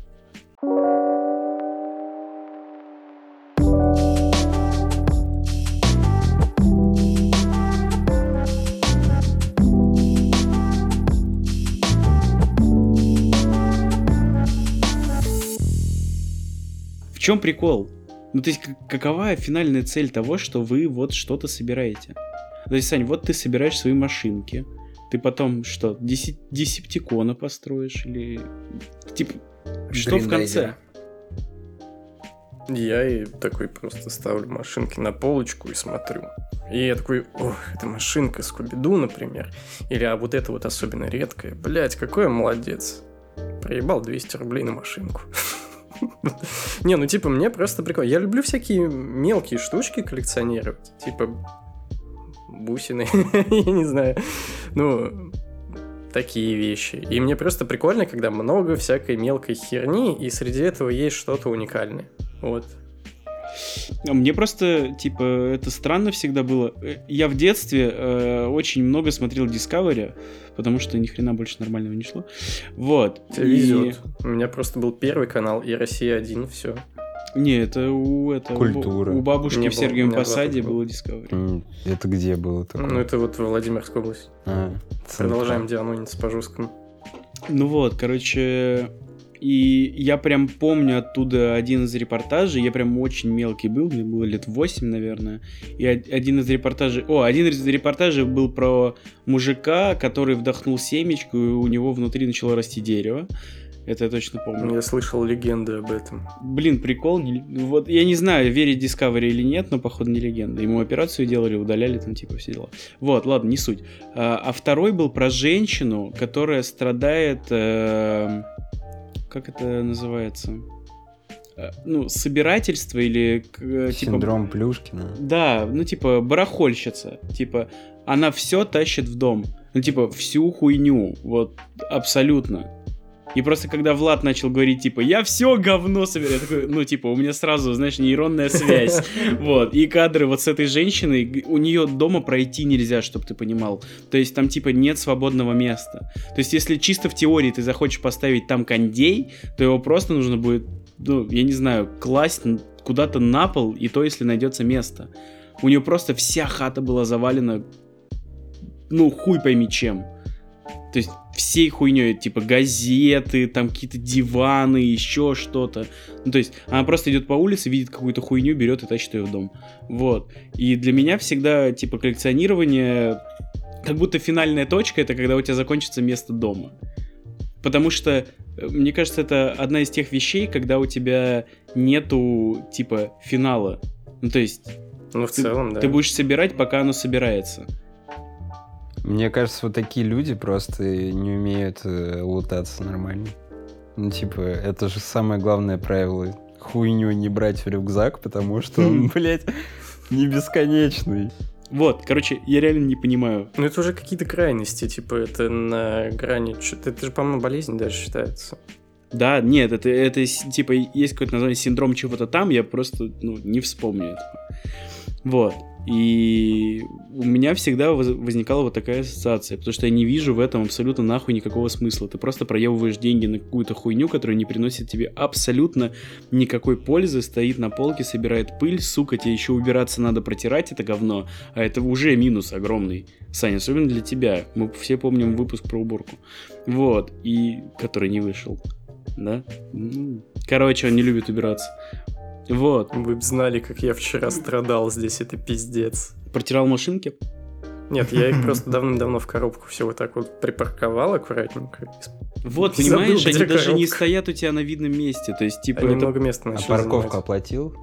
[SPEAKER 2] В чем прикол? Ну, то есть, к- какова финальная цель того, что вы вот что-то собираете? То есть, Сань, вот ты собираешь свои машинки, ты потом что, десеп- десептикона построишь или... Типа, Что в конце?
[SPEAKER 3] Я и такой просто ставлю машинки на полочку и смотрю. И я такой, ох, это машинка Скуби-Ду, например. Или, а вот это вот особенно редкая. Блять, какой я молодец. Проебал двести рублей на машинку. Не, ну типа, мне просто прикольно. Я люблю всякие мелкие штучки коллекционировать. Типа, бусины, я не знаю. Ну, такие вещи. И мне просто прикольно, когда много всякой мелкой херни, и среди этого есть что-то уникальное. Вот.
[SPEAKER 2] Мне просто, типа, это странно всегда было. Я в детстве э, очень много смотрел Discovery, потому что ни хрена больше нормального не шло. Вот.
[SPEAKER 3] Тебе
[SPEAKER 2] и...
[SPEAKER 3] везет. У меня просто был первый канал и Россия один, все.
[SPEAKER 2] Не, это у, это,
[SPEAKER 4] Культура.
[SPEAKER 2] у, у бабушки
[SPEAKER 3] Не
[SPEAKER 2] в
[SPEAKER 3] было,
[SPEAKER 2] Сергиевом
[SPEAKER 3] у меня
[SPEAKER 2] Посаде
[SPEAKER 3] два
[SPEAKER 2] было Discovery.
[SPEAKER 4] М, Это где было такое?
[SPEAKER 3] Ну, это вот в Владимирской области.
[SPEAKER 4] А,
[SPEAKER 3] Продолжаем дианониться по жесткому.
[SPEAKER 2] Ну вот, короче, и я прям помню оттуда один из репортажей, я прям очень мелкий был, мне было лет восемь, наверное, и один из репортажей, о, один из репортажей был про мужика, который вдохнул семечку, и у него внутри начало расти дерево. Это я точно помню.
[SPEAKER 3] Я слышал легенды об этом.
[SPEAKER 2] Блин, прикол. Не... Вот я не знаю, верить Discovery или нет, но, походу, не легенда. Ему операцию делали, удаляли там, типа, все дела. Вот, ладно, не суть. А, а второй был про женщину, которая страдает... Э... Как это называется? Э, ну, собирательство или... Э, типа...
[SPEAKER 4] Синдром Плюшкина.
[SPEAKER 2] Да, ну, типа, барахольщица. Типа, она все тащит в дом. Ну, типа, всю хуйню. Вот, абсолютно. И просто когда Влад начал говорить, типа, я все говно собираю, я такой, ну, типа, у меня сразу, знаешь, нейронная связь. Вот. И кадры вот с этой женщиной, у нее дома пройти нельзя, чтобы ты понимал. То есть там, типа, нет свободного места. То есть если чисто в теории ты захочешь поставить там кондей, то его просто нужно будет, ну, я не знаю, класть куда-то на пол, и то, если найдется место. У нее просто вся хата была завалена, ну, хуй пойми чем. То есть всей хуйней, типа газеты, там какие-то диваны, еще что-то. Ну, то есть она просто идет по улице, видит какую-то хуйню, берет и тащит ее в дом. Вот. И для меня всегда, типа, коллекционирование, как будто финальная точка, это когда у тебя закончится место дома. Потому что, мне кажется, это одна из тех вещей, когда у тебя нету, типа, финала. Ну, то есть...
[SPEAKER 3] Ну, в
[SPEAKER 2] ты,
[SPEAKER 3] целом, да.
[SPEAKER 2] Ты будешь собирать, пока оно собирается.
[SPEAKER 4] Мне кажется, вот такие люди просто не умеют э, лутаться нормально. Ну, типа, это же самое главное правило. Хуйню не брать в рюкзак, потому что он, блядь, не бесконечный.
[SPEAKER 2] Вот, короче, я реально не понимаю.
[SPEAKER 3] Ну, это уже какие-то крайности, типа, это на грани... Это же, по-моему, болезнь даже считается.
[SPEAKER 2] Да, нет, это, это типа, есть какое-то название, синдром чего-то там, я просто, ну, не вспомню этого. Вот. И у меня всегда возникала вот такая ассоциация, потому что я не вижу в этом абсолютно нахуй никакого смысла. Ты просто проебываешь деньги на какую-то хуйню, которая не приносит тебе абсолютно никакой пользы, стоит на полке, собирает пыль, сука, тебе еще убираться надо, протирать это говно, а это уже минус огромный, Саня, особенно для тебя. Мы все помним выпуск про уборку. Вот, и который не вышел, да? Короче, он не любит убираться. Вот.
[SPEAKER 3] Вы бы знали, как я вчера страдал здесь, это пиздец.
[SPEAKER 2] Протирал машинки?
[SPEAKER 3] Нет, я их просто давным-давно в коробку все вот так вот припарковал аккуратненько.
[SPEAKER 2] Вот,
[SPEAKER 3] Забыл,
[SPEAKER 2] понимаешь,
[SPEAKER 3] где
[SPEAKER 2] они даже
[SPEAKER 3] коробка.
[SPEAKER 2] не стоят у тебя на видном месте. То есть, типа,
[SPEAKER 3] Они
[SPEAKER 2] это...
[SPEAKER 3] много места
[SPEAKER 4] А
[SPEAKER 3] начали
[SPEAKER 4] парковку
[SPEAKER 3] занимать.
[SPEAKER 4] оплатил?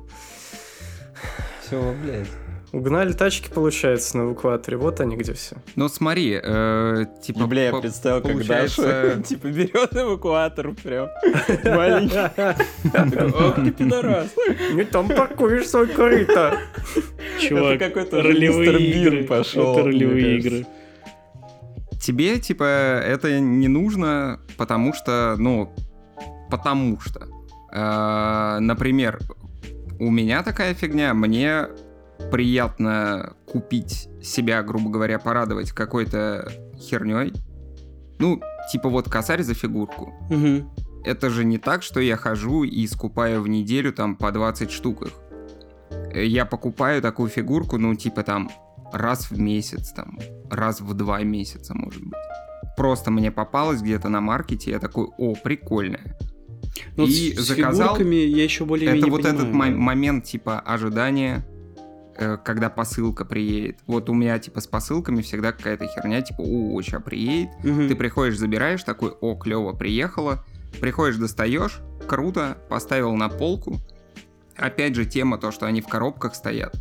[SPEAKER 4] Все, блядь.
[SPEAKER 3] Угнали тачки, получается, на эвакуаторе. Вот они где все.
[SPEAKER 1] Ну смотри, э, типа...
[SPEAKER 4] Бля, я
[SPEAKER 1] по-
[SPEAKER 4] представил, как
[SPEAKER 1] получается-
[SPEAKER 4] Даша, типа, берет эвакуатор прям. Маленький. Ох ты пидорас.
[SPEAKER 3] Не там паркуешь свой корыто.
[SPEAKER 2] Чувак,
[SPEAKER 4] Это какой-то
[SPEAKER 2] ролевые
[SPEAKER 4] мистер Бин
[SPEAKER 2] игры.
[SPEAKER 4] пошел,
[SPEAKER 2] Это ролевые
[SPEAKER 4] мне
[SPEAKER 2] игры.
[SPEAKER 1] Тебе, типа, это не нужно, потому что, ну, потому что. Э, например, у меня такая фигня, мне приятно купить себя, грубо говоря, порадовать какой-то херней. Ну, типа вот косарь за фигурку.
[SPEAKER 2] Мгм.
[SPEAKER 1] Это же не так, что я хожу и скупаю в неделю там по двадцать штук их. Э, Я покупаю такую фигурку, ну, типа там раз в месяц, там, раз в два месяца, может быть. Просто мне попалось где-то на маркете, я такой, о, прикольная.
[SPEAKER 2] Ну,
[SPEAKER 1] И
[SPEAKER 2] с, с
[SPEAKER 1] заказал-
[SPEAKER 2] фигурками я еще более-менее
[SPEAKER 1] Это вот
[SPEAKER 2] понимаю.
[SPEAKER 1] этот мо- момент, типа, ожидания, э, когда посылка приедет. Вот у меня, типа, с посылками всегда какая-то херня, типа, о, сейчас приедет.
[SPEAKER 2] Мгм.
[SPEAKER 1] Ты приходишь, забираешь, такой, о, клево, приехала. Приходишь, достаешь, круто, поставил на полку. Опять же, тема то, что они в коробках стоят.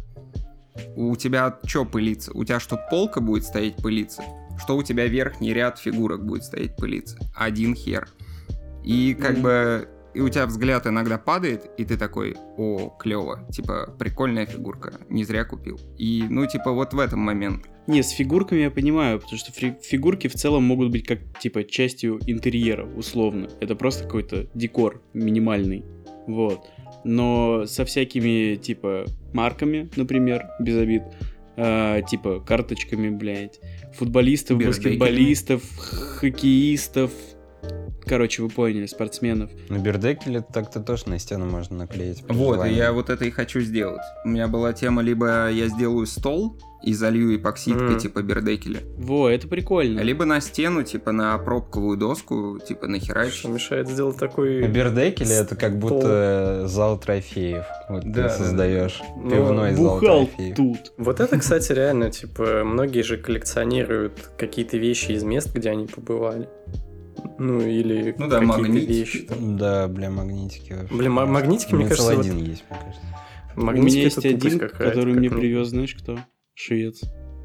[SPEAKER 1] У тебя что пылиться? У тебя что, полка будет стоять пылиться? Что у тебя верхний ряд фигурок будет стоять пылиться? Один хер. И как mm. бы... И у тебя взгляд иногда падает, и ты такой: о, клево, типа, прикольная фигурка, не зря купил. И, ну, типа, вот в этом момент.
[SPEAKER 2] Не, с фигурками я понимаю, потому что фри- фигурки в целом могут быть как, типа, частью интерьера, условно. Это просто какой-то декор минимальный, вот. Но со всякими, типа, марками, например, без обид, э, типа, карточками, блядь, футболистов,
[SPEAKER 1] Бердеками.
[SPEAKER 2] Баскетболистов, хоккеистов, короче, вы поняли, спортсменов.
[SPEAKER 4] На бердекеле так-то тоже на стену можно наклеить.
[SPEAKER 1] Вот, и я вот это и хочу сделать. У меня была тема, либо я сделаю стол и залью эпоксидкой, mm. типа бердекеля.
[SPEAKER 2] Во, это прикольно.
[SPEAKER 1] Либо на стену, типа на пробковую доску, типа нахерачить.
[SPEAKER 3] Что мешает сделать такой...
[SPEAKER 4] На бердекеле это как будто зал трофеев. Вот
[SPEAKER 1] да,
[SPEAKER 4] ты создаешь
[SPEAKER 3] да.
[SPEAKER 4] пивной зал
[SPEAKER 2] Бухал
[SPEAKER 4] трофеев.
[SPEAKER 2] тут.
[SPEAKER 3] Вот это, кстати, реально, типа, многие же коллекционируют какие-то вещи из мест, где они побывали. Ну, или
[SPEAKER 1] ну, да,
[SPEAKER 3] какие-то
[SPEAKER 1] магнитики.
[SPEAKER 3] вещи. Там.
[SPEAKER 4] Да, бля, магнитики вообще.
[SPEAKER 3] Бля, м- магнитики, мне кажется...
[SPEAKER 4] один
[SPEAKER 3] вот...
[SPEAKER 4] есть, мне кажется.
[SPEAKER 3] Магнитики
[SPEAKER 2] У меня есть
[SPEAKER 3] это
[SPEAKER 2] один,
[SPEAKER 3] какая-то,
[SPEAKER 2] который
[SPEAKER 3] как
[SPEAKER 2] мне
[SPEAKER 3] мне.
[SPEAKER 2] привез, знаешь кто? Швец.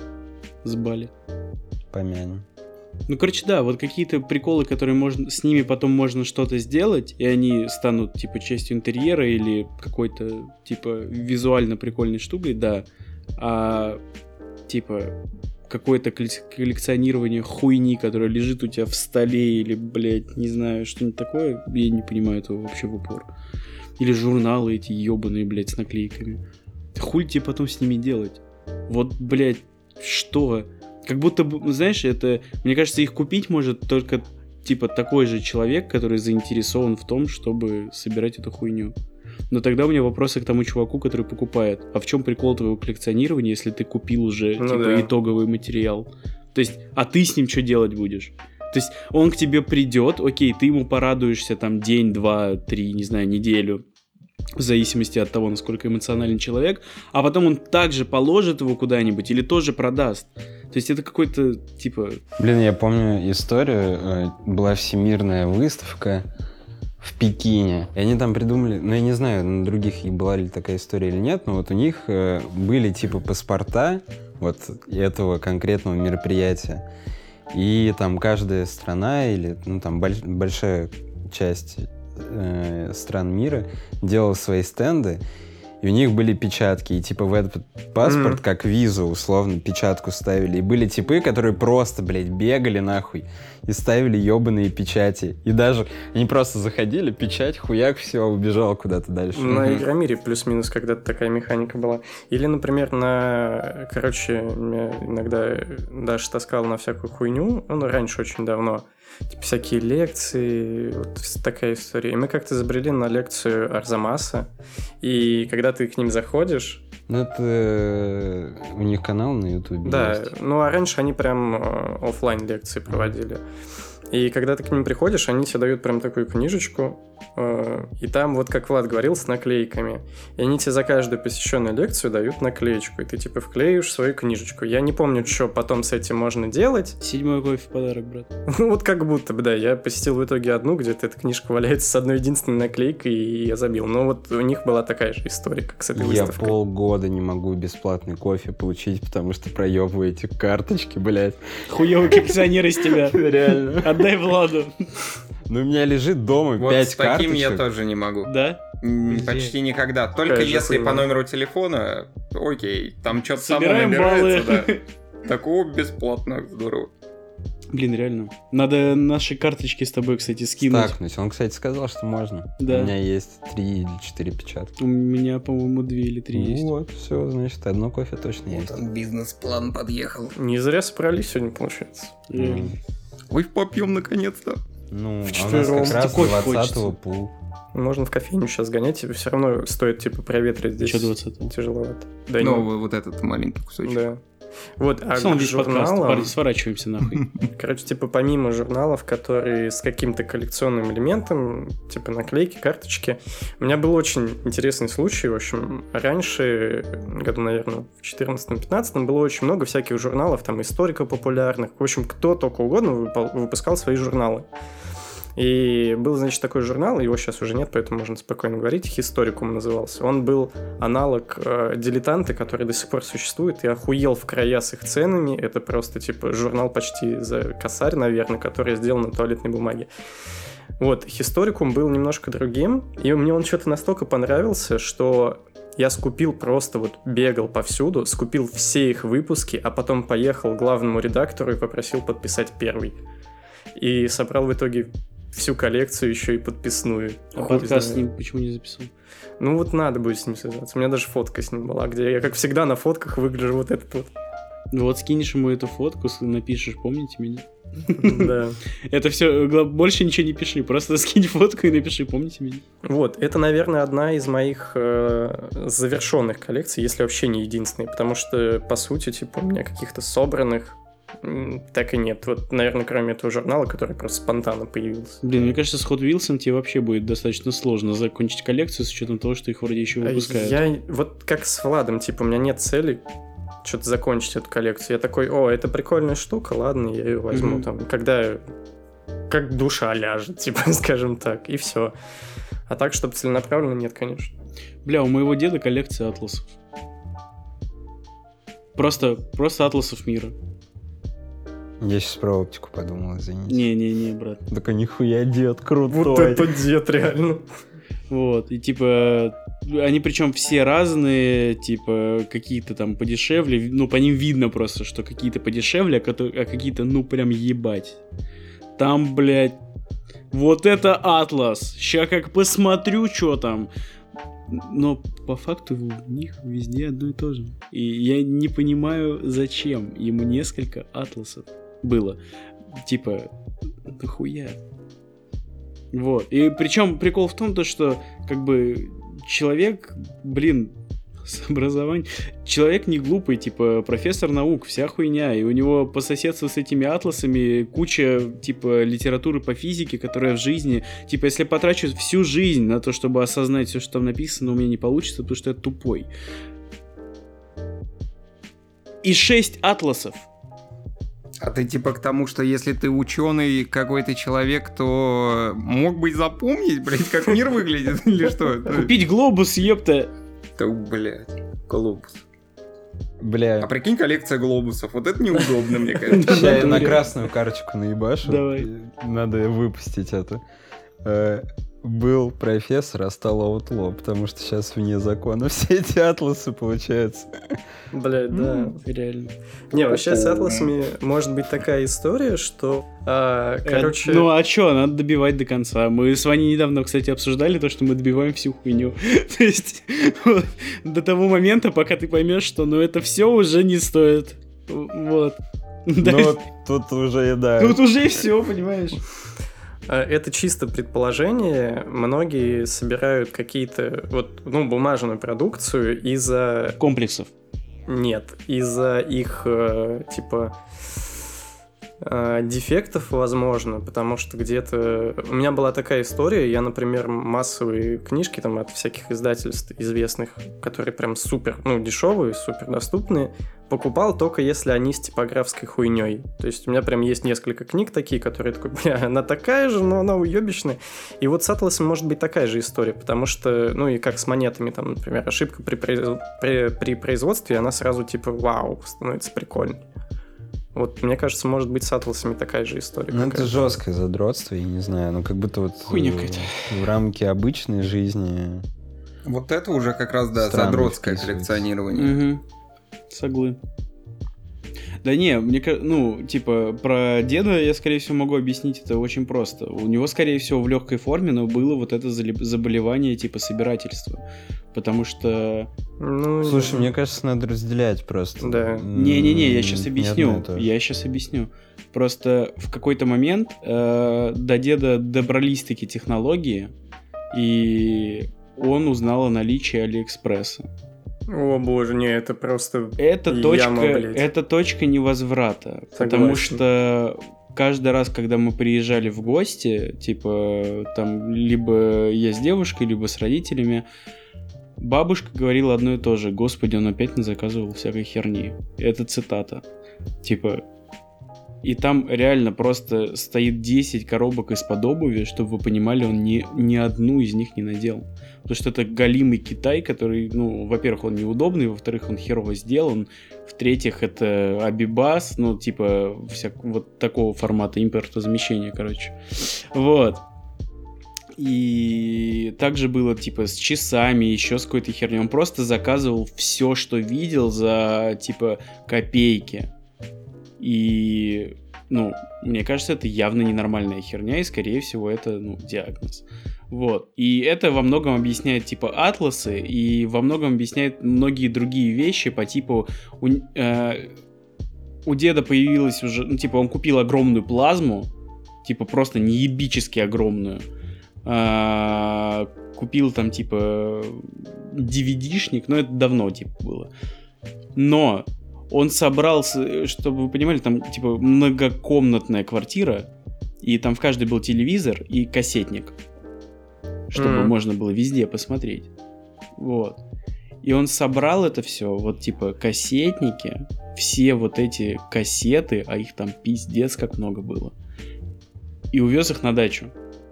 [SPEAKER 2] С Бали.
[SPEAKER 4] Помянем.
[SPEAKER 2] Ну, короче, да, вот какие-то приколы, которые можно, с ними потом можно что-то сделать, и они станут, типа, частью интерьера или какой-то, типа, визуально прикольной штукой, да. А, типа, какое-то коллекционирование хуйни, которая лежит у тебя в столе или, блядь, не знаю, что-нибудь такое, я не понимаю этого вообще в упор. Или журналы эти ебаные, блядь, с наклейками. Хуй тебе потом с ними делать? Вот, блядь, что? Как будто, знаешь, это... Мне кажется, их купить может только, типа, такой же человек, который заинтересован в том, чтобы собирать эту хуйню. Но тогда у меня вопросы к тому чуваку, который покупает. А в чем прикол твоего коллекционирования, если ты купил уже,
[SPEAKER 3] ну,
[SPEAKER 2] типа,
[SPEAKER 3] да.
[SPEAKER 2] итоговый материал? То есть, а ты с ним что делать будешь? То есть, он к тебе придет, окей, ты ему порадуешься там день, два, три, не знаю, неделю, в зависимости от того, насколько эмоционален человек, а потом он также положит его куда-нибудь или тоже продаст. То есть это какой-то, типа...
[SPEAKER 4] Блин, я помню историю, была всемирная выставка в Пекине, и они там придумали, ну я не знаю, на других была ли такая история или нет, но вот у них были типа паспорта вот этого конкретного мероприятия, и там каждая страна или, ну там больш- большая часть э, стран мира делала свои стенды, и у них были печатки, и типа в этот паспорт, mm. как визу, условно, печатку ставили. И были типы, которые просто, блядь, бегали нахуй и ставили ебаные печати. И даже они просто заходили, печать, хуяк, все, убежал куда-то дальше.
[SPEAKER 3] На
[SPEAKER 4] Mm-hmm.
[SPEAKER 3] Игромире плюс-минус когда-то такая механика была. Или, например, на... Короче, меня иногда Даша таскал на всякую хуйню, ну, раньше очень давно. Типа всякие лекции, вот такая история. И мы как-то забрели на лекцию Арзамаса, и когда ты к ним заходишь...
[SPEAKER 4] Ну, это у них канал на Ютубе.
[SPEAKER 3] Да,
[SPEAKER 4] есть.
[SPEAKER 3] ну а раньше они прям офлайн лекции проводили. И когда ты к ним приходишь, они тебе дают прям такую книжечку, э, и там, вот как Влад говорил, с наклейками. И они тебе за каждую посещенную лекцию дают наклеечку, и ты типа вклеишь свою книжечку. Я не помню, что потом с этим можно делать.
[SPEAKER 2] Седьмой кофе в подарок, брат.
[SPEAKER 3] Ну вот как будто бы, да. Я посетил в итоге одну, где-то эта книжка валяется с одной единственной наклейкой, и я забил. Но вот у них была такая же история, как с этой
[SPEAKER 4] Я
[SPEAKER 3] выставкой.
[SPEAKER 4] полгода не могу бесплатный кофе получить, потому что проебываю эти карточки, блядь.
[SPEAKER 2] Хуёвый коллекционер из тебя.
[SPEAKER 4] Реально.
[SPEAKER 2] Отдай Владу.
[SPEAKER 4] Ну, у меня лежит дома
[SPEAKER 1] Вот
[SPEAKER 4] пять
[SPEAKER 1] с таким
[SPEAKER 4] карточек.
[SPEAKER 1] я тоже не могу.
[SPEAKER 2] Да?
[SPEAKER 1] М, Почти никогда. Только
[SPEAKER 3] Какая же
[SPEAKER 1] если
[SPEAKER 3] хуйня.
[SPEAKER 1] по номеру телефона, окей, там что-то само
[SPEAKER 2] Собираем
[SPEAKER 1] набирается,
[SPEAKER 2] баллы.
[SPEAKER 1] да. Такого бесплатно, здорово.
[SPEAKER 2] Блин, реально. Надо наши карточки с тобой, кстати, скинуть.
[SPEAKER 4] Стакнуть. Он, кстати, сказал, что можно.
[SPEAKER 2] Да.
[SPEAKER 4] У меня есть три или четыре печатки.
[SPEAKER 2] У меня, по-моему, две или три есть.
[SPEAKER 4] Вот, все, значит, одно кофе точно есть.
[SPEAKER 1] Бизнес-план подъехал.
[SPEAKER 3] Не зря собрались сегодня, получается.
[SPEAKER 2] Реально.
[SPEAKER 1] Ой, попьем наконец-то.
[SPEAKER 4] Ну, а у нас
[SPEAKER 3] Вчетвером.
[SPEAKER 4] как раз
[SPEAKER 2] Кофе
[SPEAKER 4] двадцатого
[SPEAKER 2] хочется.
[SPEAKER 4] пул.
[SPEAKER 3] Можно в кофейню сейчас гонять, и все равно стоит, типа, проветрить здесь.
[SPEAKER 2] Чё двадцатого?
[SPEAKER 3] Тяжеловато. Да,
[SPEAKER 1] Ну,
[SPEAKER 3] не-
[SPEAKER 1] вот вот этот маленький кусочек.
[SPEAKER 3] да. Вот, а
[SPEAKER 2] Сон
[SPEAKER 3] к
[SPEAKER 2] весь подкаст.
[SPEAKER 3] журналам,
[SPEAKER 2] Парни, сворачиваемся нахуй.
[SPEAKER 3] короче, типа, помимо журналов, которые с каким-то коллекционным элементом, типа наклейки, карточки, у меня был очень интересный случай. В общем, раньше, году, наверное, в четырнадцатом-пятнадцатом было очень много всяких журналов, там, историко-популярных. В общем, кто только угодно выпал- выпускал свои журналы. И был, значит, такой журнал, его сейчас уже нет, поэтому можно спокойно говорить, «Historicum» назывался. Он был аналог э, «Дилетанты», который до сих пор существует. Я охуел в края с их ценами. Это просто, типа, журнал почти за косарь, наверное, который сделан на туалетной бумаге. Вот, «Historicum» был немножко другим, и мне он что-то настолько понравился, что я скупил просто, вот бегал повсюду, скупил все их выпуски, а потом поехал к главному редактору и попросил подписать первый. И собрал в итоге всю коллекцию, еще и подписную.
[SPEAKER 2] А подкаст с ним почему не записал?
[SPEAKER 3] Ну вот надо будет с ним связаться. У меня даже фотка с ним была, где я, как всегда, на фотках выгляжу вот этот вот.
[SPEAKER 2] Ну вот скинешь ему эту фотку, напишешь, помните меня?
[SPEAKER 3] Да.
[SPEAKER 2] Это все, больше ничего не пиши, просто скинь фотку и напиши, помните меня.
[SPEAKER 3] Вот, это, наверное, одна из моих э, завершенных коллекций, если вообще не единственная, потому что, по сути, типа, у меня каких-то собранных м, так и нет. Вот, наверное, кроме этого журнала, который просто спонтанно появился.
[SPEAKER 2] Блин, мне кажется, с Hot Wheels тебе вообще будет достаточно сложно закончить коллекцию с учетом того, что их вроде еще выпускают.
[SPEAKER 3] Я, вот как с Владом, типа, у меня нет цели что-то закончить эту коллекцию. Я такой, о, это прикольная штука, ладно, я ее возьму, mm-hmm. там, когда как душа ляжет, типа, скажем так, и все. А так, чтобы целенаправленно, нет, конечно.
[SPEAKER 2] Бля, у моего деда коллекция атласов. Просто, просто атласов мира.
[SPEAKER 4] Я сейчас про оптику подумал, извините.
[SPEAKER 2] Не-не-не, брат.
[SPEAKER 4] Так нихуя дед крутой.
[SPEAKER 3] Вот это дед, реально.
[SPEAKER 2] Вот, и типа, они причем все разные, типа, какие-то там подешевле, ну, по ним видно просто, что какие-то подешевле, а, а какие-то, ну, прям ебать. Там, блядь, вот это атлас, ща как посмотрю, что там. Но по факту у них везде одно и то же. И я не понимаю, зачем ему несколько атласов было. Типа, нахуя? Вот. И причем прикол в том, то, что как бы человек, блин, с образованием, человек не глупый, типа профессор наук, вся хуйня, и у него по соседству с этими атласами куча типа литературы по физике, которая в жизни, типа если потрачу всю жизнь на то, чтобы осознать все, что там написано, у меня не получится, потому что я тупой. И шесть атласов.
[SPEAKER 1] А ты типа к тому, что если ты ученый какой-то человек, то мог бы запомнить, блядь, как мир выглядит, или что?
[SPEAKER 2] Купить глобус, ёпта.
[SPEAKER 1] Да, блядь, глобус.
[SPEAKER 4] Бля.
[SPEAKER 1] А прикинь, коллекция глобусов. Вот это неудобно, мне кажется.
[SPEAKER 4] Сейчас я на красную карточку наебашу.
[SPEAKER 2] Давай.
[SPEAKER 4] Надо выпустить это. Был профессор, а стал аутло, потому что сейчас вне закона все эти атласы получаются.
[SPEAKER 3] Блядь, да.
[SPEAKER 2] Реально.
[SPEAKER 3] Не, вообще с атласами может быть такая история, что, а, короче...
[SPEAKER 2] Э, ну а чё, надо добивать до конца. Мы с Ваней недавно, кстати, обсуждали то, что мы добиваем всю хуйню. То есть вот, до того момента, пока ты поймешь, что ну это все уже не стоит. Вот.
[SPEAKER 4] Ну тут уже, да.
[SPEAKER 2] Тут уже все, понимаешь?
[SPEAKER 3] Это чисто предположение. Многие собирают какие-то, вот, ну, бумажную продукцию из-за...
[SPEAKER 2] Комплексов.
[SPEAKER 3] Нет, из-за их, э, типа, э, дефектов, возможно, потому что где-то... У меня была такая история, я, например, массовые книжки там от всяких издательств известных, которые прям супер, ну, дешевые, супер доступные, покупал только если они с типографской хуйней. То есть у меня прям есть несколько книг такие, которые такой, бля, она такая же, но она уебищная. И вот с атласом может быть такая же история, потому что, ну и как с монетами, там, например, ошибка при, произ... при, при производстве, она сразу типа, вау, становится прикольно. Вот, мне кажется, может быть с атласами такая же история.
[SPEAKER 4] Ну, это жесткое задротство, я не знаю, ну как будто вот
[SPEAKER 2] хуйня какая-то.
[SPEAKER 4] В рамке обычной жизни...
[SPEAKER 1] Вот это уже как раз, да, задротское коллекционирование.
[SPEAKER 2] Угу. Соглы. Да не, мне кажется, ну, типа, про деда я, скорее всего, могу объяснить это очень просто. У него, скорее всего, в легкой форме, но было вот это заболевание, типа, собирательства. Потому что...
[SPEAKER 3] Ну,
[SPEAKER 4] слушай, мне кажется, надо разделять просто.
[SPEAKER 3] Да.
[SPEAKER 2] Не-не-не, я сейчас объясню. Я сейчас объясню. Просто в какой-то момент э, до деда добрались-таки технологии, и он узнал о наличии Алиэкспресса.
[SPEAKER 3] О боже, не, это просто
[SPEAKER 2] это точка,
[SPEAKER 3] яма, блядь.
[SPEAKER 2] Это точка невозврата. Согласен. Потому что каждый раз, когда мы приезжали в гости, типа, там, либо я с девушкой, либо с родителями, бабушка говорила одно и то же: господи, он опять заказывал всякой херни. Это цитата. Типа, И там реально просто стоит десять коробок из-под обуви, чтобы вы понимали, он ни, ни одну из них не надел. Потому что это голимый Китай, который, ну, во-первых, он неудобный, во-вторых, он херово сделан, в-третьих, это Абибас, ну, типа, всяк... вот такого формата импортозамещения, короче. Вот. И также было, типа, с часами, еще с какой-то херней. Он просто заказывал все, что видел, за, типа, копейки. И, ну, мне кажется, это явно ненормальная херня, и, скорее всего, это, ну, диагноз. Вот. И это во многом объясняет, типа, атласы, и во многом объясняет многие другие вещи по типу... У, э, у деда появилась уже... Ну, типа, он купил огромную плазму, типа, просто неебически огромную. Э, купил там, типа, ди ви ди-шник, но это давно, типа, было. Но он собрался, чтобы вы понимали, там, типа, многокомнатная квартира, и там в каждой был телевизор и кассетник, чтобы mm. можно было везде посмотреть. Вот. И он собрал это все, вот типа кассетники, все вот эти кассеты, а их там пиздец как много было, и увез их на дачу.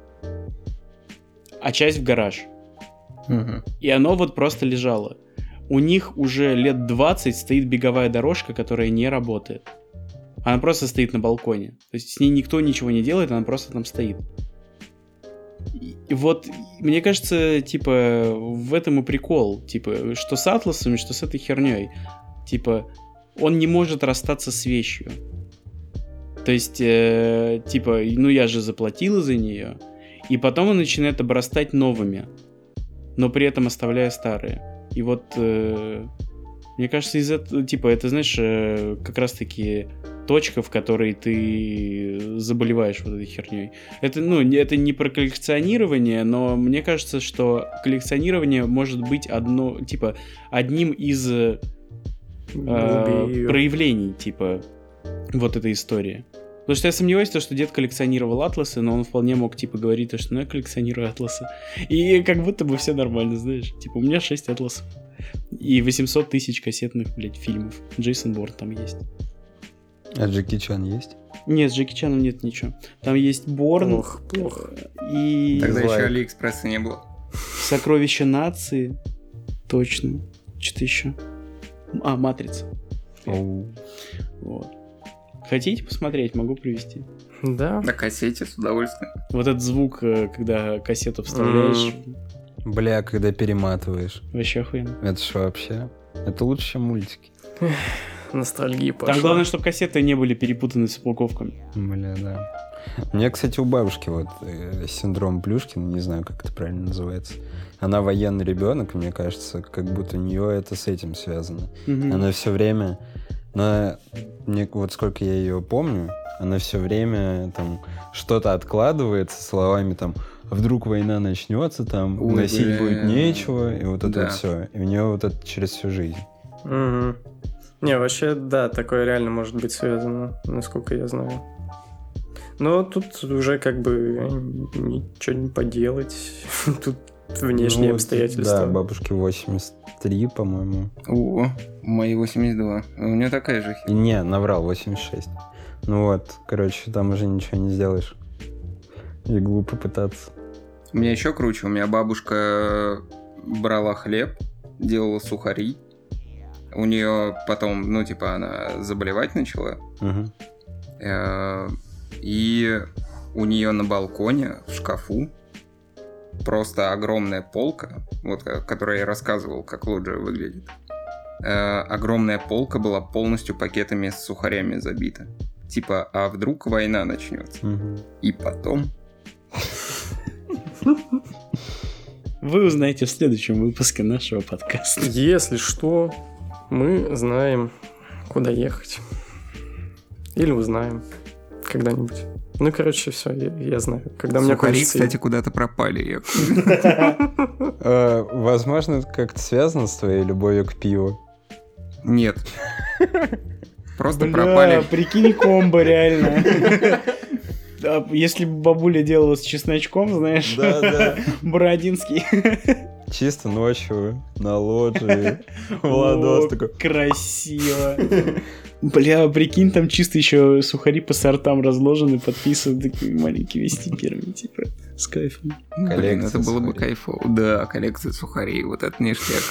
[SPEAKER 2] А часть в гараж.
[SPEAKER 1] Mm-hmm.
[SPEAKER 2] И оно вот просто лежало. У них уже лет двадцать стоит беговая дорожка, которая не работает. Она просто стоит на балконе. То есть с ней никто ничего не делает, она просто там стоит. И вот, мне кажется, типа, в этом и прикол. Типа, что с атласами, что с этой херней. Типа, он не может расстаться с вещью. То есть, э, типа, ну я же заплатила за нее. И потом он начинает обрастать новыми. Но при этом оставляя старые. И вот, э, мне кажется, из этого, типа, это, знаешь, э, как раз-таки точка, в которой ты заболеваешь вот этой херней. Это, ну, это не про коллекционирование, но мне кажется, что коллекционирование может быть одно, типа, одним из э, проявлений, типа, вот этой истории. Потому что я сомневаюсь, что дед коллекционировал атласы, но он вполне мог, типа, говорить, что ну, я коллекционирую атласы. И как будто бы все нормально, знаешь. Типа, у меня шесть атласов. И восемьсот тысяч кассетных, блядь, фильмов. Джейсон Борн там есть.
[SPEAKER 4] А Джеки Чан есть?
[SPEAKER 2] Нет, с Джеки Чаном нет ничего. Там есть Борн.
[SPEAKER 3] Ох, плохо.
[SPEAKER 2] И...
[SPEAKER 1] Тогда
[SPEAKER 4] Злайк.
[SPEAKER 1] еще Алиэкспресса не было.
[SPEAKER 2] Сокровища нации. Точно. Что-то еще. А, Матрица.
[SPEAKER 4] Оу.
[SPEAKER 2] Вот. Хотите посмотреть? Могу привести.
[SPEAKER 3] Да.
[SPEAKER 1] На кассете с удовольствием.
[SPEAKER 2] Вот этот звук, когда кассету вставляешь,
[SPEAKER 4] Бля, когда перематываешь.
[SPEAKER 2] вообще охуенно.
[SPEAKER 4] Это что вообще? Это лучше, чем мультики.
[SPEAKER 3] Ностальгия пошла.
[SPEAKER 2] Там главное, чтобы кассеты не были перепутаны с упаковками.
[SPEAKER 4] Бля, да. У меня, кстати, у бабушки вот э, синдром Плюшкина, не знаю, как это правильно называется. Она военный ребенок, мне кажется, как будто у нее это с этим связано.
[SPEAKER 2] Мгм.
[SPEAKER 4] Она все время, она, мне, вот сколько я ее помню, она все время там что-то откладывает со словами там, а вдруг война начнется, там,
[SPEAKER 1] Ой,
[SPEAKER 4] носить
[SPEAKER 1] бля.
[SPEAKER 4] будет нечего, и вот это
[SPEAKER 1] Да.
[SPEAKER 4] вот все. И у нее вот это через всю жизнь.
[SPEAKER 3] Мгм. Не, вообще, да, такое реально может быть связано, насколько я знаю. Но тут уже как бы ничего не поделать. Тут внешние
[SPEAKER 4] Ну,
[SPEAKER 3] обстоятельства.
[SPEAKER 4] Да, бабушке восемьдесят три, по-моему.
[SPEAKER 1] О, мои восемьдесят два. У меня такая же.
[SPEAKER 4] И не, наврал, восемьдесят шесть. Ну вот, короче, там уже ничего не сделаешь. И глупо пытаться.
[SPEAKER 1] У меня еще круче. У меня бабушка брала хлеб, делала сухари. У нее потом, ну, типа, она заболевать начала.
[SPEAKER 4] Угу.
[SPEAKER 1] Э, И у нее на балконе в шкафу просто огромная полка, вот, о которой я рассказывал, как лоджия выглядит. Э, Огромная полка была полностью пакетами с сухарями забита. Типа, а вдруг война начнется?
[SPEAKER 4] Угу.
[SPEAKER 1] И потом...
[SPEAKER 2] Вы узнаете в следующем выпуске нашего подкаста.
[SPEAKER 3] Если что, мы знаем, куда ехать. Или узнаем когда-нибудь. Ну, короче, все, я, я знаю. Когда мне
[SPEAKER 1] Сухари,
[SPEAKER 3] хочется...
[SPEAKER 1] кстати, куда-то пропали. Я-
[SPEAKER 4] Э, Возможно, это как-то связано с твоей любовью к пиву.
[SPEAKER 1] Нет. Просто
[SPEAKER 2] Бля,
[SPEAKER 1] пропали.
[SPEAKER 2] прикинь, комбо реально. Да, если бы бабуля делала с чесночком, знаешь,
[SPEAKER 4] Да, да.
[SPEAKER 2] бородинский.
[SPEAKER 4] чисто ночью на лоджии. Владос
[SPEAKER 2] О,
[SPEAKER 4] такой.
[SPEAKER 2] красиво. Бля, прикинь, там чисто еще сухари по сортам разложены, подписаны такими маленькими стикерами, типа, с кайфом.
[SPEAKER 1] Блин,
[SPEAKER 4] Коллекция
[SPEAKER 1] это было бы
[SPEAKER 4] сухарей.
[SPEAKER 1] кайфово. Да, коллекция сухарей, вот это ништяк.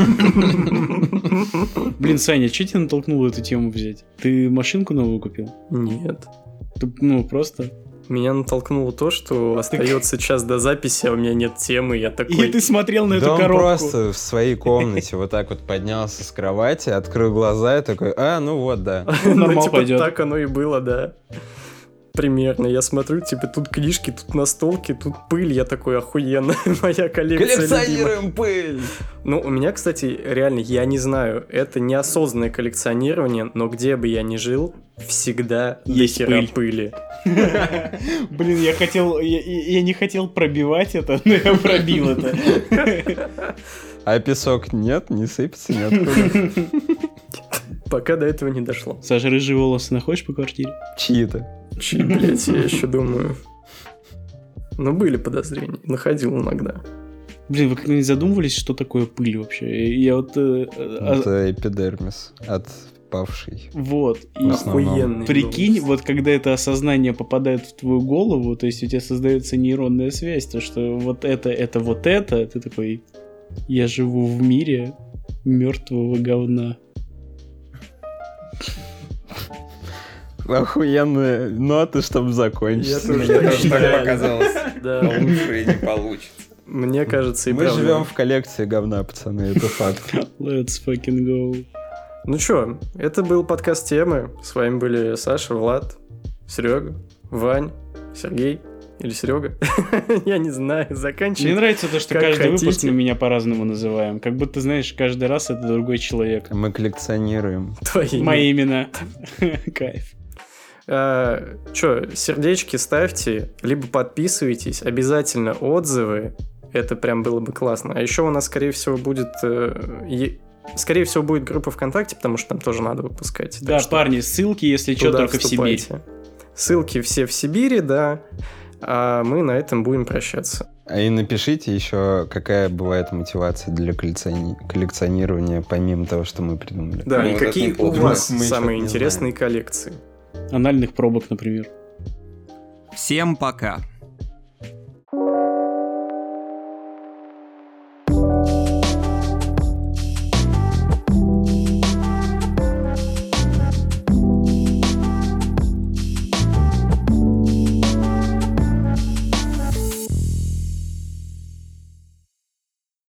[SPEAKER 2] Блин, Саня, что тебя натолкнуло эту тему взять? Ты машинку новую купил?
[SPEAKER 3] Нет.
[SPEAKER 2] Ты, ну, просто...
[SPEAKER 3] Меня натолкнуло то, что остается час до записи, а у меня нет темы, я такой...
[SPEAKER 2] И ты смотрел на
[SPEAKER 4] Да
[SPEAKER 2] эту
[SPEAKER 4] он
[SPEAKER 2] коробку.
[SPEAKER 4] просто в своей комнате вот так вот поднялся с кровати, открыл глаза и такой, а, ну вот, да.
[SPEAKER 3] Ну,
[SPEAKER 2] Нормал
[SPEAKER 3] типа,
[SPEAKER 2] пойдет.
[SPEAKER 3] так оно и было, да. Примерно. Я смотрю, типа, тут книжки, тут настолки, тут пыль. Я такой, охуенно, моя коллекция любимая.
[SPEAKER 4] Коллекционируем пыль!
[SPEAKER 3] Ну, у меня, кстати, реально, я не знаю, это неосознанное коллекционирование, но где бы я ни жил, всегда
[SPEAKER 2] Есть
[SPEAKER 3] дохера
[SPEAKER 2] пыль.
[SPEAKER 3] пыли.
[SPEAKER 2] Блин, я хотел, я, я не хотел пробивать это, но я пробил это.
[SPEAKER 4] А песок нет, не сыпется ниоткуда.
[SPEAKER 3] Пока до этого не дошло.
[SPEAKER 2] Саша, рыжие волосы находишь по квартире?
[SPEAKER 4] Чьи-то.
[SPEAKER 3] Чьи, блядь, я еще думаю. Ну, были подозрения. Находил иногда.
[SPEAKER 2] Блин, вы когда-нибудь задумывались, что такое пыль вообще? Я вот... э, а-
[SPEAKER 4] Это эпидермис отпавший.
[SPEAKER 2] вот. И
[SPEAKER 4] В основном.
[SPEAKER 3] Охуенный.
[SPEAKER 2] прикинь,
[SPEAKER 3] был.
[SPEAKER 2] вот когда это осознание попадает в твою голову, то есть у тебя создается нейронная связь, то что вот это, это вот это, ты такой, я живу в мире мертвого говна.
[SPEAKER 4] Охуенные ноты, чтобы
[SPEAKER 3] Я
[SPEAKER 4] закончить.
[SPEAKER 3] тоже
[SPEAKER 1] Мне тоже так
[SPEAKER 3] реально.
[SPEAKER 1] показалось.
[SPEAKER 3] Да.
[SPEAKER 1] Лучше не получится.
[SPEAKER 3] Мне кажется, и
[SPEAKER 4] Мы
[SPEAKER 3] правда.
[SPEAKER 4] живем в коллекции говна, пацаны, это факт.
[SPEAKER 2] Let's fucking go.
[SPEAKER 3] Ну чё, это был подкаст темы. С вами были Саша, Влад, Серега, Вань, Сергей или Серега. Я не знаю,
[SPEAKER 2] Мне
[SPEAKER 3] заканчивай.
[SPEAKER 2] нравится то, что
[SPEAKER 3] как
[SPEAKER 2] каждый выпуск
[SPEAKER 3] хотите.
[SPEAKER 2] мы меня по-разному называем. Как будто, знаешь, каждый раз это другой человек.
[SPEAKER 4] Мы коллекционируем.
[SPEAKER 3] Твои.
[SPEAKER 2] Мои имена. Кайф.
[SPEAKER 3] А, чё, сердечки ставьте, либо подписывайтесь, обязательно отзывы. Это прям было бы классно. А еще у нас, скорее всего, будет... э, е- Скорее всего, будет группа ВКонтакте, потому что там тоже надо выпускать. Так
[SPEAKER 2] Да,
[SPEAKER 3] что
[SPEAKER 2] парни, ссылки, если что,
[SPEAKER 3] туда
[SPEAKER 2] только в Сибирь.
[SPEAKER 3] вступайте. Ссылки все в Сибири, да. А мы на этом будем прощаться.
[SPEAKER 4] А и напишите еще, какая бывает мотивация для коллекциони- коллекционирования, помимо того, что мы придумали.
[SPEAKER 3] Да,
[SPEAKER 1] Ну,
[SPEAKER 3] и
[SPEAKER 1] вот это
[SPEAKER 3] какие у
[SPEAKER 1] неплохо.
[SPEAKER 3] вас
[SPEAKER 4] Мы
[SPEAKER 3] самые
[SPEAKER 4] чё-то не
[SPEAKER 3] интересные коллекции?
[SPEAKER 2] Анальных пробок, например.
[SPEAKER 1] Всем пока.